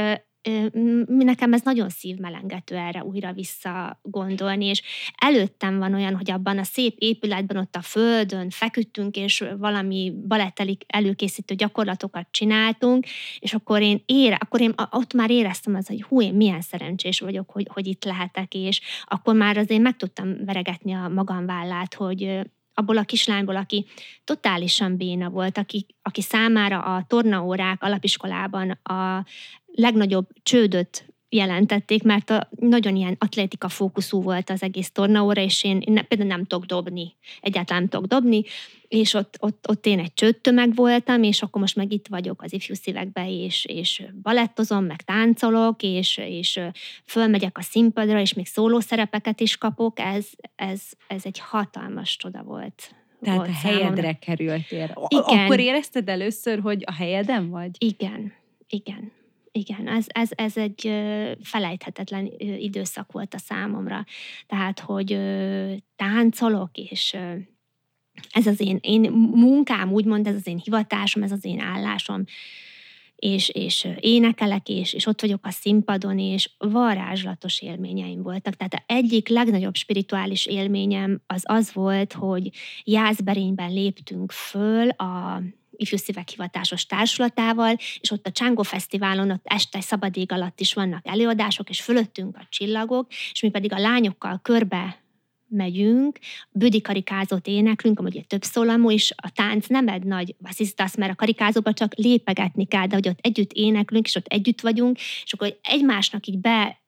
nekem ez nagyon szívmelengető erre újra visszagondolni, és előttem van olyan, hogy abban a szép épületben ott a földön feküdtünk, és valami baletteli előkészítő gyakorlatokat csináltunk, és akkor én, ére, akkor én ott már éreztem az, hogy hú, én milyen szerencsés vagyok, hogy, hogy itt lehetek, és akkor már azért meg tudtam veregetni a magamvállát, hogy abból a kislányból, aki totálisan béna volt, aki, aki számára a tornaórák alapiskolában a legnagyobb csődöt jelentették, mert a, nagyon ilyen atlétika fókuszú volt az egész tornaóra, és én, én például nem tudok dobni, egyáltalán nem tudok dobni, és ott, ott, ott én egy csődtömeg voltam, és akkor most meg itt vagyok az Ifjú Szívekbe, és, és balettozom, meg táncolok, és, és fölmegyek a színpadra, és még szólószerepeket is kapok, ez, ez, ez egy hatalmas csoda volt. Tehát volt a helyedre számomra. kerültél. Igen. Akkor érezted először, hogy a helyeden vagy? Igen, igen. Igen, ez, ez, ez egy felejthetetlen időszak volt a számomra. Tehát, hogy táncolok, és ez az én, én munkám, úgymond ez az én hivatásom, ez az én állásom, és, és énekelek, és, és ott vagyok a színpadon, és varázslatos élményeim voltak. Tehát egyik legnagyobb spirituális élményem az az volt, hogy Jászberényben léptünk föl a Ifjú Szívek Hivatásos Társulatával, és ott a Csángó Fesztiválon, ott este szabad ég alatt is vannak előadások, és fölöttünk a csillagok, és mi pedig a lányokkal körbe megyünk, büdi karikázót éneklünk, amúgy egy több szólamú, és a tánc nem egy nagy vasszisztasz, mert a karikázóba csak lépegetni kell, de hogy ott együtt éneklünk, és ott együtt vagyunk, és akkor egymásnak így be,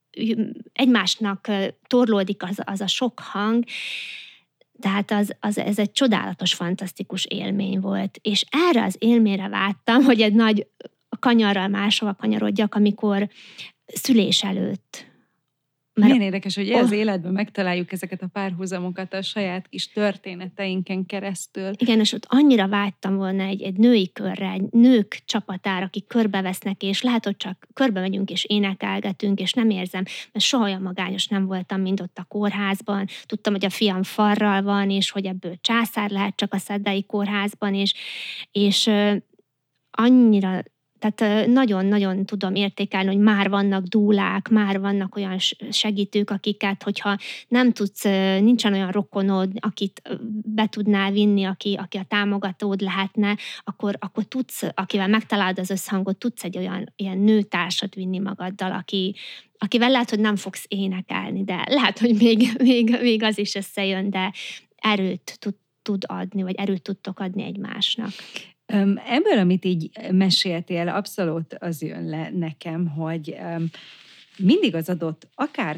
egymásnak torlódik az, az a sok hang, tehát az, az, ez egy csodálatos, fantasztikus élmény volt. És erre az élményre vágytam, hogy egy nagy kanyarral máshova kanyarodjak, amikor szülés előtt. Mert milyen érdekes, hogy oh. az életben megtaláljuk ezeket a párhuzamokat a saját kis történeteinken keresztül. Igen, és ott annyira vágytam volna egy, egy női körre, egy nők csapatára, akik körbevesznek, és lehet, hogy csak körbe megyünk, és énekelgetünk, és nem érzem, mert soha olyan magányos nem voltam, mint ott a kórházban. Tudtam, hogy a fiam farral van, és hogy ebből császár lehet csak a Szeddai kórházban, és, és uh, annyira... Tehát nagyon-nagyon tudom értékelni, hogy már vannak dúlák, már vannak olyan segítők, akiket, hogyha nem tudsz, nincsen olyan rokonod, akit be tudnál vinni, aki, aki a támogatód lehetne, akkor, akkor tudsz, akivel megtalálod az összhangot, tudsz egy olyan ilyen nőtársat vinni magaddal, aki, akivel lehet, hogy nem fogsz énekelni, de lehet, hogy még, még, még az is összejön, de erőt tud, tud adni, vagy erőt tudtok adni egymásnak. Ebből, amit így meséltél, abszolút az jön le nekem, hogy mindig az adott, akár,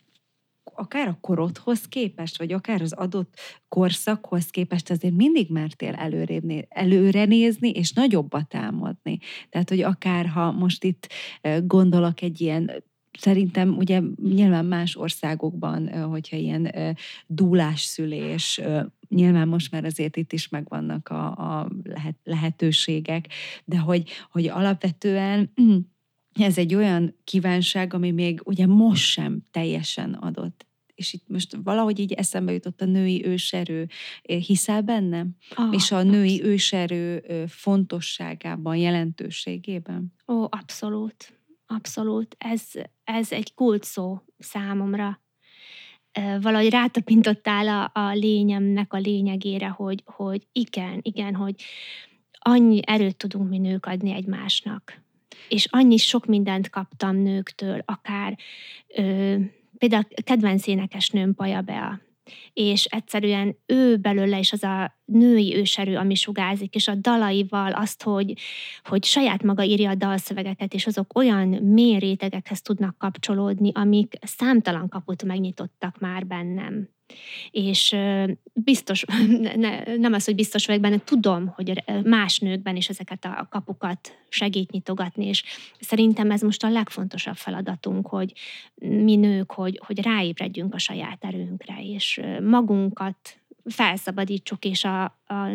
akár a korodhoz képest, vagy akár az adott korszakhoz képest azért mindig mertél előre nézni, és nagyobbat álmodni. Tehát, hogy akár ha most itt gondolok egy ilyen, szerintem ugye nyilván más országokban, hogyha ilyen dúlásszülés, nyilván most már azért itt is megvannak a, a lehet, lehetőségek, de hogy, hogy alapvetően ez egy olyan kívánság, ami még ugye most sem teljesen adott. És itt most valahogy így eszembe jutott a női őserő. Hiszel benne? Ah, és a női abszolút. Őserő fontosságában, jelentőségében? Ó, abszolút. Abszolút. Ez, ez egy kult szó számomra. Valahogy rátapintottál a, a lényemnek a lényegére, hogy, hogy igen, igen, hogy annyi erőt tudunk mi nők adni egymásnak. És annyi sok mindent kaptam nőktől, akár ö, például kedvenc énekesnőm Paja Bea, és egyszerűen ő belőle is az a női őserő, ami sugázik, és a dalaival azt, hogy, hogy saját maga írja a dalszövegeket, és azok olyan mély rétegekhez tudnak kapcsolódni, amik számtalan kaput megnyitottak már bennem. És biztos, ne, nem az, hogy biztos vagyok benne, tudom, hogy más nőkben is ezeket a kapukat segít nyitogatni, és szerintem ez most a legfontosabb feladatunk, hogy mi nők, hogy, hogy ráébredjünk a saját erőnkre, és magunkat felszabadítsuk, és a, a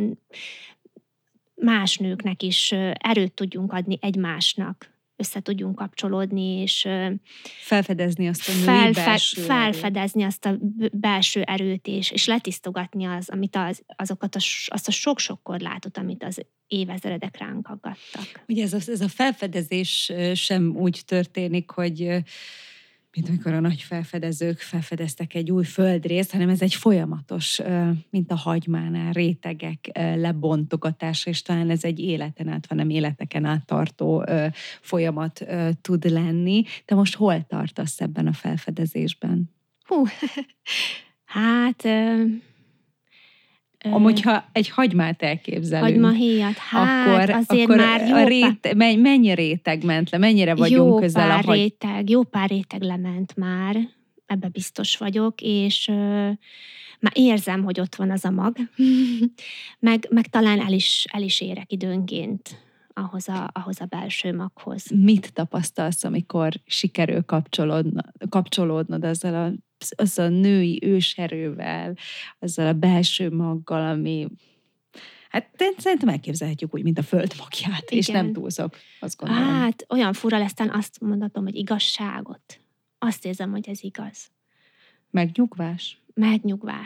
más nőknek is erőt tudjunk adni egymásnak, össze tudjunk kapcsolódni, és felfedezni azt a női felfe- belső felfedezni erőt. azt a belső erőt, és, és letisztogatni az, amit az, azokat a, azt a sok-sok korlátot, amit az évezredek ránk aggattak. Ugye ez a, ez a felfedezés sem úgy történik, hogy mint amikor a nagy felfedezők felfedeztek egy új földrészt, hanem ez egy folyamatos, mint a hagymánál, rétegek lebontogatása, és talán ez egy életen át, hanem életeken át tartó folyamat tud lenni. Te most hol tartasz ebben a felfedezésben? Hú, hát... Amúgyha egy hagymát elképzelünk. Hagymahéjat, hát akkor, azért akkor már jó a réte, pár... mennyi réteg ment le? Mennyire vagyunk jó közel pár a hagy... réteg, jó pár réteg lement már, ebbe biztos vagyok, és uh, már érzem, hogy ott van az a mag, meg, meg talán el is, el is érek időnként ahhoz a, ahhoz a belső maghoz. Mit tapasztalsz, amikor sikerül kapcsolódnod, kapcsolódnod azzal a azzal a női őserővel, azzal a belső maggal, ami hát szerintem elképzelhetjük úgy, mint a föld magját, igen. És nem túlzok, azt gondolom. Hát olyan fura lesz, azt mondatom, hogy igazságot. Azt érzem, hogy ez igaz. Megnyugvás? Megnyugvás.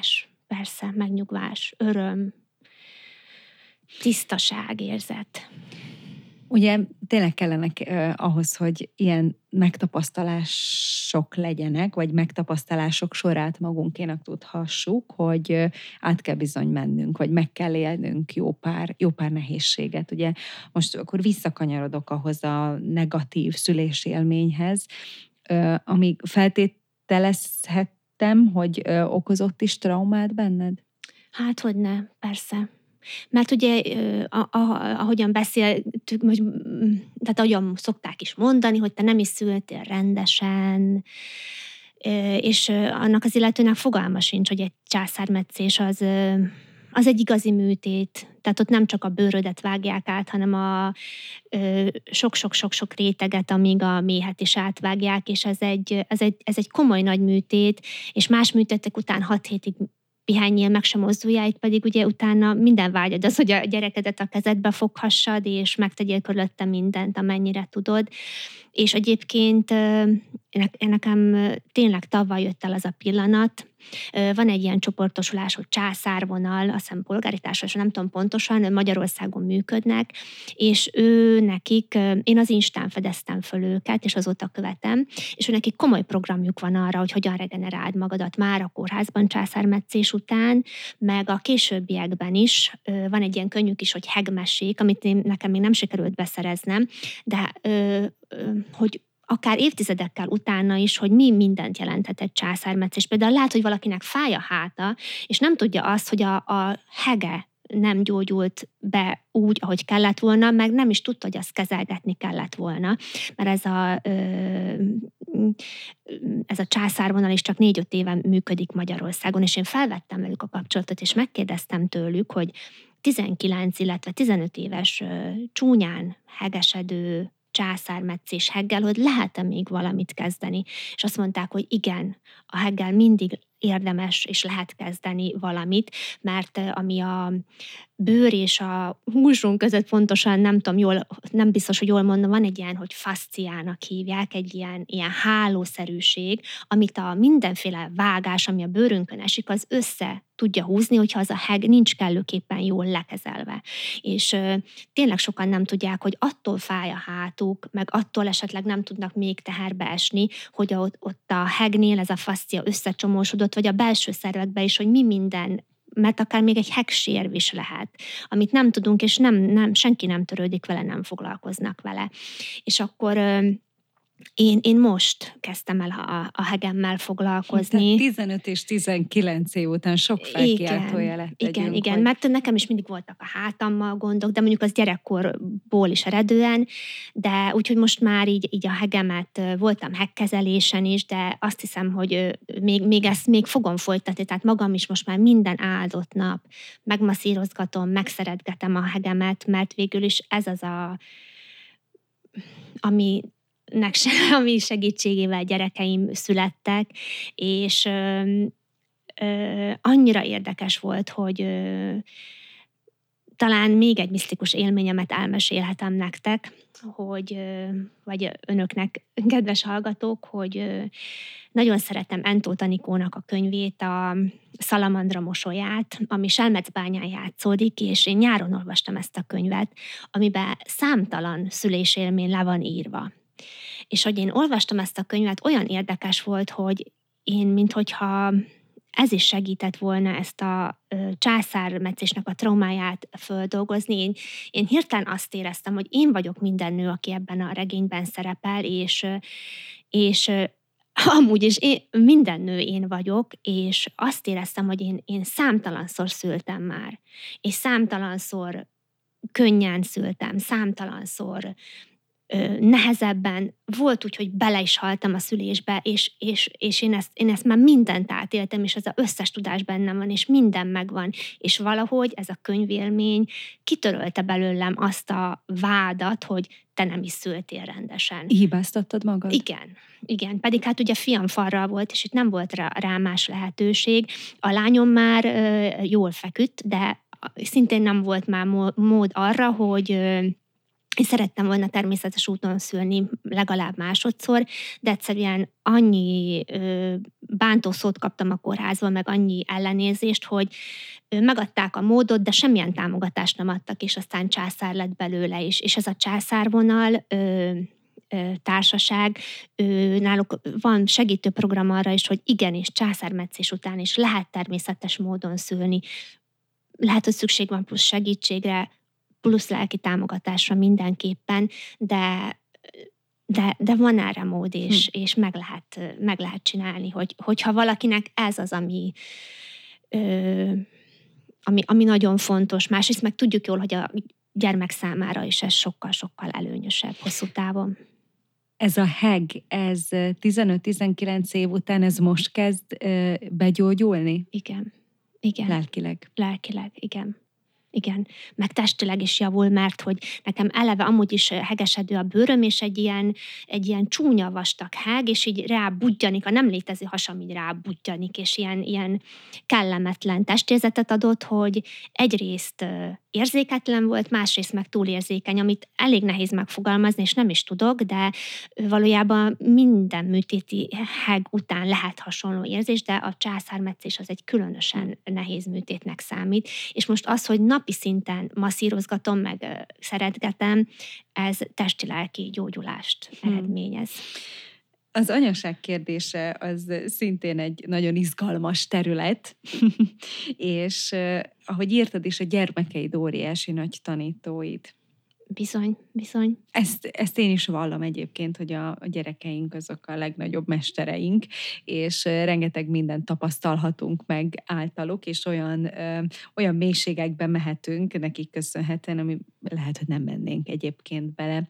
persze, megnyugvás, öröm, tisztaság, érzet. Ugye tényleg kellenek eh, ahhoz, hogy ilyen megtapasztalások legyenek, vagy megtapasztalások sorát magunkénak tudhassuk, hogy eh, át kell bizony mennünk, vagy meg kell élnünk jó pár, jó pár nehézséget. Ugye most akkor visszakanyarodok ahhoz a negatív szülési élményhez, eh, amíg feltételezhettem, hogy eh, okozott is traumát benned? Hát, hogy ne, persze. Mert ugye, ahogyan beszéltük, tehát ahogyan szokták is mondani, hogy te nem is szültél rendesen, és annak az illetőnek fogalma sincs, hogy egy császármetszés az, az egy igazi műtét. Tehát ott nem csak a bőrödet vágják át, hanem a sok-sok-sok-sok réteget, amíg a méhet is átvágják, és ez egy, ez egy, ez egy komoly nagy műtét, és más műtétek után hat hétig pihenjél, meg sem mozduljáig, pedig ugye utána minden vágyad az, hogy a gyerekedet a kezedbe foghassad, és megtegyél körülötte mindent, amennyire tudod. És egyébként nekem tényleg tavaly jött el az a pillanat. Van egy ilyen csoportosulás, hogy császárvonal, azt hiszem polgári társaság, nem tudom pontosan, Magyarországon működnek, és ő nekik, én az Instán fedeztem föl őket, és azóta követem, és ő nekik komoly programjuk van arra, hogy hogyan regeneráld magadat már a kórházban császármetszés után, meg a későbbiekben is. Van egy ilyen könyvük is, hogy Hegmesék, amit én, nekem még nem sikerült beszereznem, de hogy akár évtizedekkel utána is, hogy mi mindent jelentett egy császármetszés. Például lát, hogy valakinek fáj a háta, és nem tudja azt, hogy a, a hege nem gyógyult be úgy, ahogy kellett volna, meg nem is tudta, hogy azt kezelgetni kellett volna, mert ez a, ez a császárvonal is csak négy-öt éve működik Magyarországon, és én felvettem velük a kapcsolatot, és megkérdeztem tőlük, hogy tizenkilenc, illetve tizenöt éves csúnyán hegesedő császármetszés heggel, hogy lehet-e még valamit kezdeni. És azt mondták, hogy igen, a heggel mindig érdemes és lehet kezdeni valamit, mert ami a bőr és a húsunk között pontosan, nem tudom, jól, nem biztos, hogy jól mondom, van egy ilyen, hogy faszciának hívják, egy ilyen, ilyen hálószerűség, amit a mindenféle vágás, ami a bőrünkön esik, az össze tudja húzni, hogyha az a heg nincs kellőképpen jól lekezelve. És ö, tényleg sokan nem tudják, hogy attól fáj a hátuk, meg attól esetleg nem tudnak még teherbe esni, hogy ott, ott a hegnél ez a faszcia összecsomósodott, vagy a belső szervekben is, hogy mi minden, mert akár még egy hegsérv is lehet, amit nem tudunk, és nem, nem, senki nem törődik vele, nem foglalkoznak vele. És akkor ö, Én, én most kezdtem el a, a hegemmel foglalkozni. Tehát tizenöt és tizenkilenc év után sok felkiáltója lett. Igen, igen, hogy... mert nekem is mindig voltak a hátammal gondok, de mondjuk az gyerekkorból is eredően, de úgyhogy most már így, így a hegemet voltam hegkezelésen is, de azt hiszem, hogy még, még ezt még fogom folytatni, tehát magam is most már minden áldott nap megmasszírozgatom, megszeretgetem a hegemet, mert végül is ez az a, ami nek se, ami segítségével gyerekeim születtek, és ö, ö, annyira érdekes volt, hogy ö, talán még egy misztikus élményemet elmesélhetem nektek, hogy, ö, vagy önöknek, kedves hallgatók, hogy ö, nagyon szeretem Entó Anikónak a könyvét, a Szalamandra mosolyát, ami Selmecbányán játszódik, és én nyáron olvastam ezt a könyvet, amiben számtalan szülésélmény le van írva. És hogy én olvastam ezt a könyvet, olyan érdekes volt, hogy én, minthogyha ez is segített volna ezt a ö, császármetszésnek a traumáját földolgozni. Én, én hirtelen azt éreztem, hogy én vagyok minden nő, aki ebben a regényben szerepel, és, és amúgy is én, minden nő én vagyok, és azt éreztem, hogy én, én számtalanszor szültem már, és számtalanszor könnyen szültem, számtalanszor nehezebben, volt úgy, hogy bele is haltam a szülésbe, és, és, és én, ezt, én ezt már mindent átéltem, és ez az összes tudás bennem van, és minden megvan, és valahogy ez a könyvélmény kitörölte belőlem azt a vádat, hogy te nem is szültél rendesen. Hibáztattad magad? Igen, igen. Pedig hát ugye fiam farral volt, és itt nem volt rá, rá más lehetőség. A lányom már ö, jól feküdt, de szintén nem volt már mód arra, hogy ö, én szerettem volna természetes úton szülni legalább másodszor, de egyszerűen annyi ö, bántó szót kaptam a kórházban, meg annyi ellenérzést, hogy megadták a módot, de semmilyen támogatást nem adtak, és aztán császár lett belőle is. És ez a császárvonal ö, ö, társaság, ö, náluk van segítő program arra is, hogy igenis császármetszés után is lehet természetes módon szülni. Lehet, hogy szükség van plusz segítségre, plusz lelki támogatásra mindenképpen, de De, de van erre mód, és, hm. és meg, lehet, meg lehet csinálni, hogy, hogyha valakinek ez az, ami, ö, ami, ami nagyon fontos. Másrészt meg tudjuk jól, hogy a gyermek számára is ez sokkal-sokkal előnyösebb hosszú távon. Ez a heg, ez tizenöt-tizenkilenc év után ez most kezd ö, begyógyulni? Igen. Igen. Lelkileg. Lelkileg, igen. Igen, meg testileg is javul, mert hogy nekem eleve amúgy is hegesedő a bőröm, és egy ilyen, egy ilyen csúnya vastag heg, és így rábudjanik, a nem létező hasam így rábudjanik, és ilyen, ilyen kellemetlen testérzetet adott, hogy egyrészt érzéketlen volt, másrészt meg túlérzékeny, amit elég nehéz megfogalmazni, és nem is tudok, de valójában minden műtéti heg után lehet hasonló érzés, de a császármetszés az egy különösen nehéz műtétnek számít, és most az, hogy napi szinten masszírozgatom, meg szeretgetem, ez testi-lelki gyógyulást hmm. eredményez. Az anyaság kérdése az szintén egy nagyon izgalmas terület, és ahogy írtad is, a gyermekeid óriási nagy tanítóid. Bizony, bizony. Ezt, ezt én is vallom egyébként, hogy a, a gyerekeink azok a legnagyobb mestereink, és rengeteg mindent tapasztalhatunk meg általuk, és olyan, ö, olyan mélységekbe mehetünk nekik köszönhetően, ami lehet, hogy nem mennénk egyébként bele.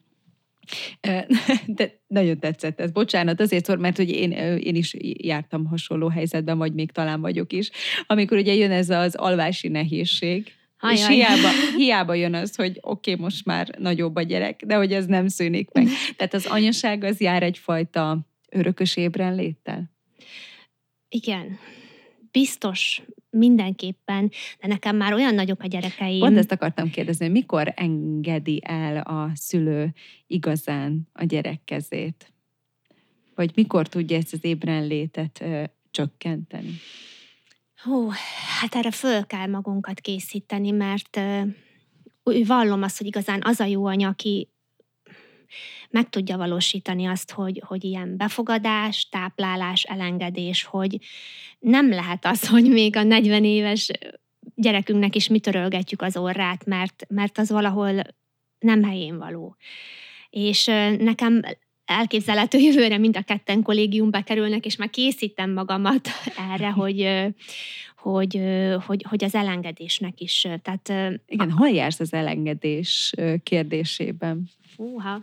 De nagyon tetszett ez. Bocsánat, azért, mert hogy én, én is jártam hasonló helyzetben, vagy még talán vagyok is, amikor ugye jön ez az alvási nehézség, Ajaj. És hiába, hiába jön az, hogy oké, okay, most már nagyobb a gyerek, de hogy ez nem szűnik meg. Tehát az anyaság az jár egyfajta örökös ébrenléttel? Igen, biztos, mindenképpen, de nekem már olyan nagyok a gyerekeim. Pont ezt akartam kérdezni, hogy mikor engedi el a szülő igazán a gyerek kezét? Vagy mikor tudja ezt az ébrenlétet ö, csökkenteni? Hú, hát erre föl kell magunkat készíteni, mert uh, vallom azt, hogy igazán az a jó anya, aki meg tudja valósítani azt, hogy, hogy ilyen befogadás, táplálás, elengedés, hogy nem lehet az, hogy még a negyven éves gyerekünknek is mi törölgetjük az orrát, mert, mert az valahol nem helyén való. És uh, nekem elképzelhető jövőre mind a ketten kollégiumba kerülnek, és már készítem magamat erre, hogy, hogy, hogy, hogy az elengedésnek is. Tehát, igen, hol jársz az elengedés kérdésében? Fúha.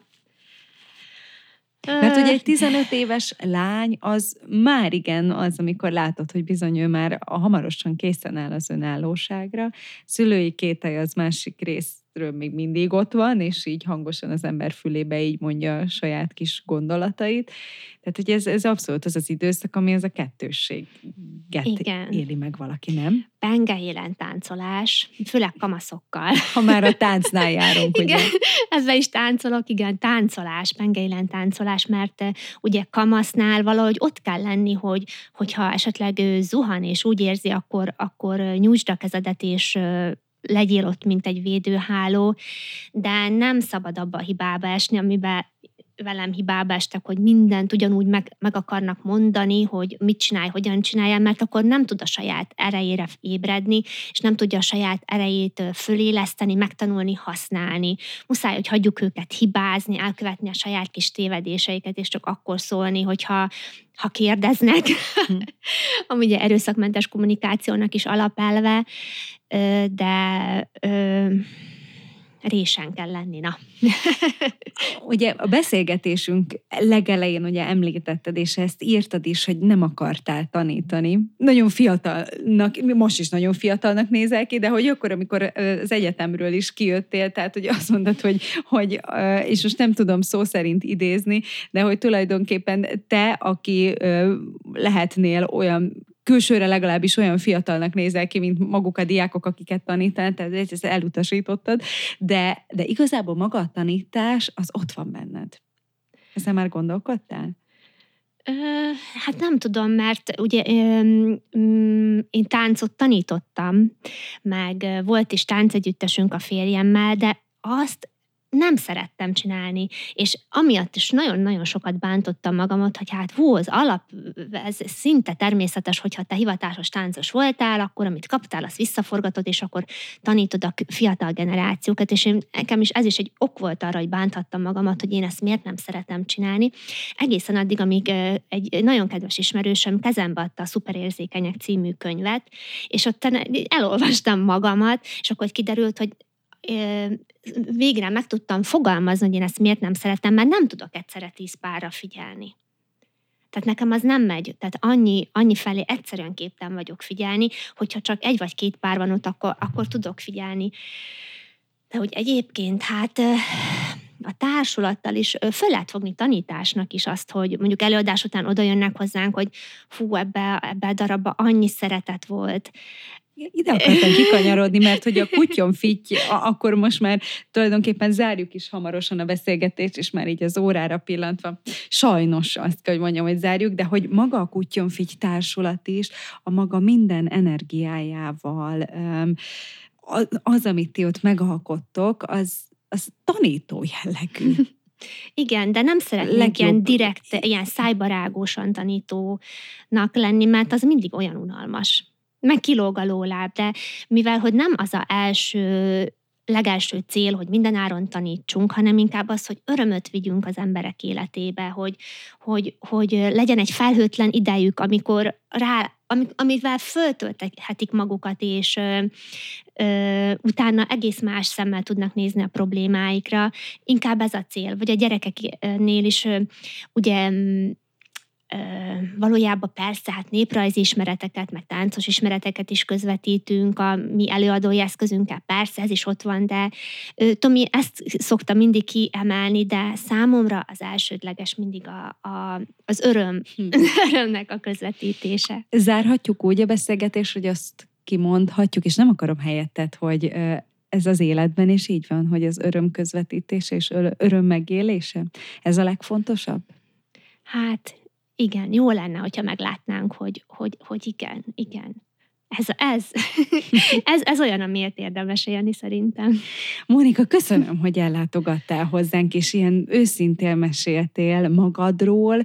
Mert ugye egy tizenöt éves lány az már igen az, amikor látod, hogy bizony ő már hamarosan készen áll az önállóságra. Szülői kételj az másik részről még mindig ott van, és így hangosan az ember fülébe így mondja a saját kis gondolatait. Tehát, hogy ez, ez abszolút az az időszak, ami az a kettősséget igen. éli meg valaki, nem? Pengehélen táncolás, főleg kamaszokkal. Ha már a táncnál járunk, igen, ugye? Ebben is táncolok, igen, táncolás, pengehélen táncolás, mert ugye kamasznál valahogy ott kell lenni, hogy, hogyha esetleg ő zuhan, és úgy érzi, akkor, akkor nyújtsd a kezedet, és legyél ott, mint egy védőháló, de nem szabad abba a hibába esni, amiben velem hibába estek, hogy mindent ugyanúgy meg, meg akarnak mondani, hogy mit csinálj, hogyan csináljál, mert akkor nem tud a saját erejére ébredni, és nem tudja a saját erejét föléleszteni, megtanulni, használni. Muszáj, hogy hagyjuk őket hibázni, elkövetni a saját kis tévedéseiket, és csak akkor szólni, hogyha ha kérdeznek, hm. ami ugye erőszakmentes kommunikációnak is alapelve, de résen kell lenni, na. Ugye a beszélgetésünk legelején ugye említetted, és ezt írtad is, hogy nem akartál tanítani. Nagyon fiatalnak, most is nagyon fiatalnak nézel ki, de hogy akkor, amikor az egyetemről is kijöttél, tehát hogy azt mondod, hogy, hogy és most nem tudom szó szerint idézni, de hogy tulajdonképpen te, aki lehetnél olyan külsőre legalábbis olyan fiatalnak nézel ki, mint maguk a diákok, akiket tanítál, tehát ezt elutasítottad, de, de igazából maga a tanítás az ott van benned. Ezzel már gondolkodtál? Ö, hát nem tudom, mert ugye ö, ö, én táncot tanítottam, meg volt is táncegyüttesünk a férjemmel, de azt nem szerettem csinálni, és amiatt is nagyon-nagyon sokat bántottam magamat, hogy hát hú, az alap, ez szinte természetes, hogyha te hivatásos táncos voltál, akkor amit kaptál, azt visszaforgatod, és akkor tanítod a fiatal generációkat, és én, nekem is ez is egy ok volt arra, hogy bánthattam magamat, hogy én ezt miért nem szeretem csinálni. Egészen addig, amíg egy nagyon kedves ismerősöm kezembe adta a Szuperérzékenyek című könyvet, és ott elolvastam magamat, és akkor kiderült, hogy végre meg tudtam fogalmazni, hogy én ezt miért nem szeretem, mert nem tudok egyszerre tíz párra figyelni. Tehát nekem az nem megy. Tehát annyi, annyi felé egyszerűen képtelen vagyok figyelni, hogyha csak egy vagy két pár van ott, akkor, akkor tudok figyelni. De hogy egyébként hát a társulattal is föl lehet fogni tanításnak is azt, hogy mondjuk előadás után oda jönnek hozzánk, hogy fú, ebbe, ebbe a darabba annyi szeretet volt. Ide akartam kikanyarodni, mert hogy a kutyomfitty, akkor most már tulajdonképpen zárjuk is hamarosan a beszélgetést, és már így az órára pillantva. Sajnos azt kell, hogy mondjam, hogy zárjuk, de hogy maga a kutyomfitty társulat is, a maga minden energiájával, az, amit ti ott megalkottok, az, az tanító jellegű. Igen, de nem szeretnék Legjobb. ilyen direkt, ilyen szájbarágósan tanítónak lenni, mert az mindig olyan unalmas. Meg kilóg a lóláb, de mivel, hogy nem az a első, legelső cél, hogy mindenáron tanítsunk, hanem inkább az, hogy örömöt vigyünk az emberek életébe, hogy, hogy, hogy legyen egy felhőtlen idejük, amikor rá, amivel föltölthetik magukat, és ö, ö, utána egész más szemmel tudnak nézni a problémáikra. Inkább ez a cél. Vagy a gyerekeknél is ö, ugye valójában persze, hát néprajzi ismereteket, meg táncos ismereteket is közvetítünk a mi előadói eszközünkkel, persze ez is ott van, de Tomi ezt szokta mindig kiemelni, de számomra az elsődleges mindig a, a, az öröm, hm. örömnek a közvetítése. Zárhatjuk úgy a beszélgetést, hogy azt kimondhatjuk, és nem akarom helyettet, hogy ez az életben is így van, hogy az öröm közvetítése és öröm megélése. Ez a legfontosabb? Hát igen, jó lenne, hogyha meglátnánk, hogy, hogy, hogy igen, igen. Ez, ez, ez, ez olyan, amiért érdemes élni szerintem. Mónika, köszönöm, hogy ellátogattál hozzánk, és ilyen őszintén meséltél magadról.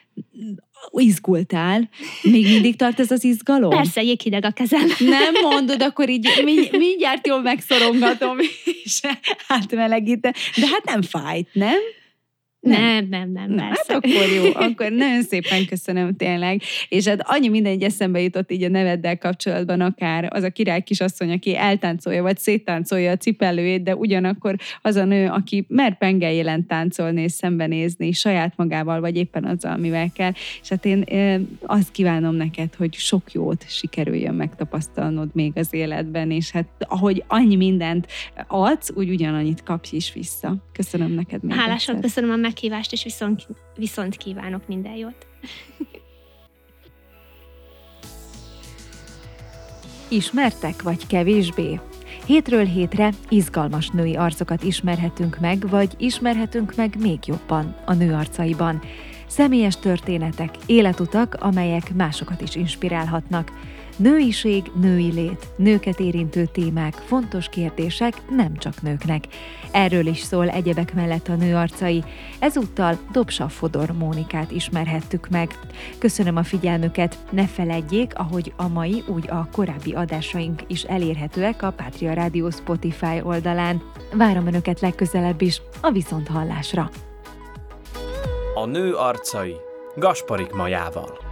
Izgultál? Még mindig tart ez az izgalom? Persze, jéghideg a kezem. Nem mondod, akkor így mindjárt jól megszorongatom, és átmelegítem. De hát nem fájt, nem? Nem, nem, nem, nem hát akkor jó, akkor nagyon szépen köszönöm tényleg. És hát annyi minden így eszembe jutott így a neveddel kapcsolatban, akár az a király kisasszony, aki eltáncolja, vagy széttáncolja a cipellőjét, de ugyanakkor az a nő, aki mer pengeljelen táncolni és szembenézni saját magával, vagy éppen azzal, amivel kell. És hát én azt kívánom neked, hogy sok jót sikerüljön megtapasztalnod még az életben, és hát ahogy annyi mindent adsz, úgy ugyanannyit kapj is vissza. Köszönöm neked még Hálásan egyszer. Köszönöm a meghívást, és viszont, viszont kívánok minden jót. Ismertek vagy kevésbé? Hétről hétre izgalmas női arcokat ismerhetünk meg, vagy ismerhetünk meg még jobban a Nő arcaiban. Személyes történetek, életutak, amelyek másokat is inspirálhatnak. Nőiség, női lét, nőket érintő témák, fontos kérdések nem csak nőknek. Erről is szól egyebek mellett a Nő arcai. Ezúttal Dobsa Fodor Mónikát ismerhettük meg. Köszönöm a figyelmüket, ne feledjék, ahogy a mai, úgy a korábbi adásaink is elérhetőek a Pátria Rádió Spotify oldalán. Várom Önöket legközelebb is, a viszonthallásra. A Nő arcai Gasparik Majával.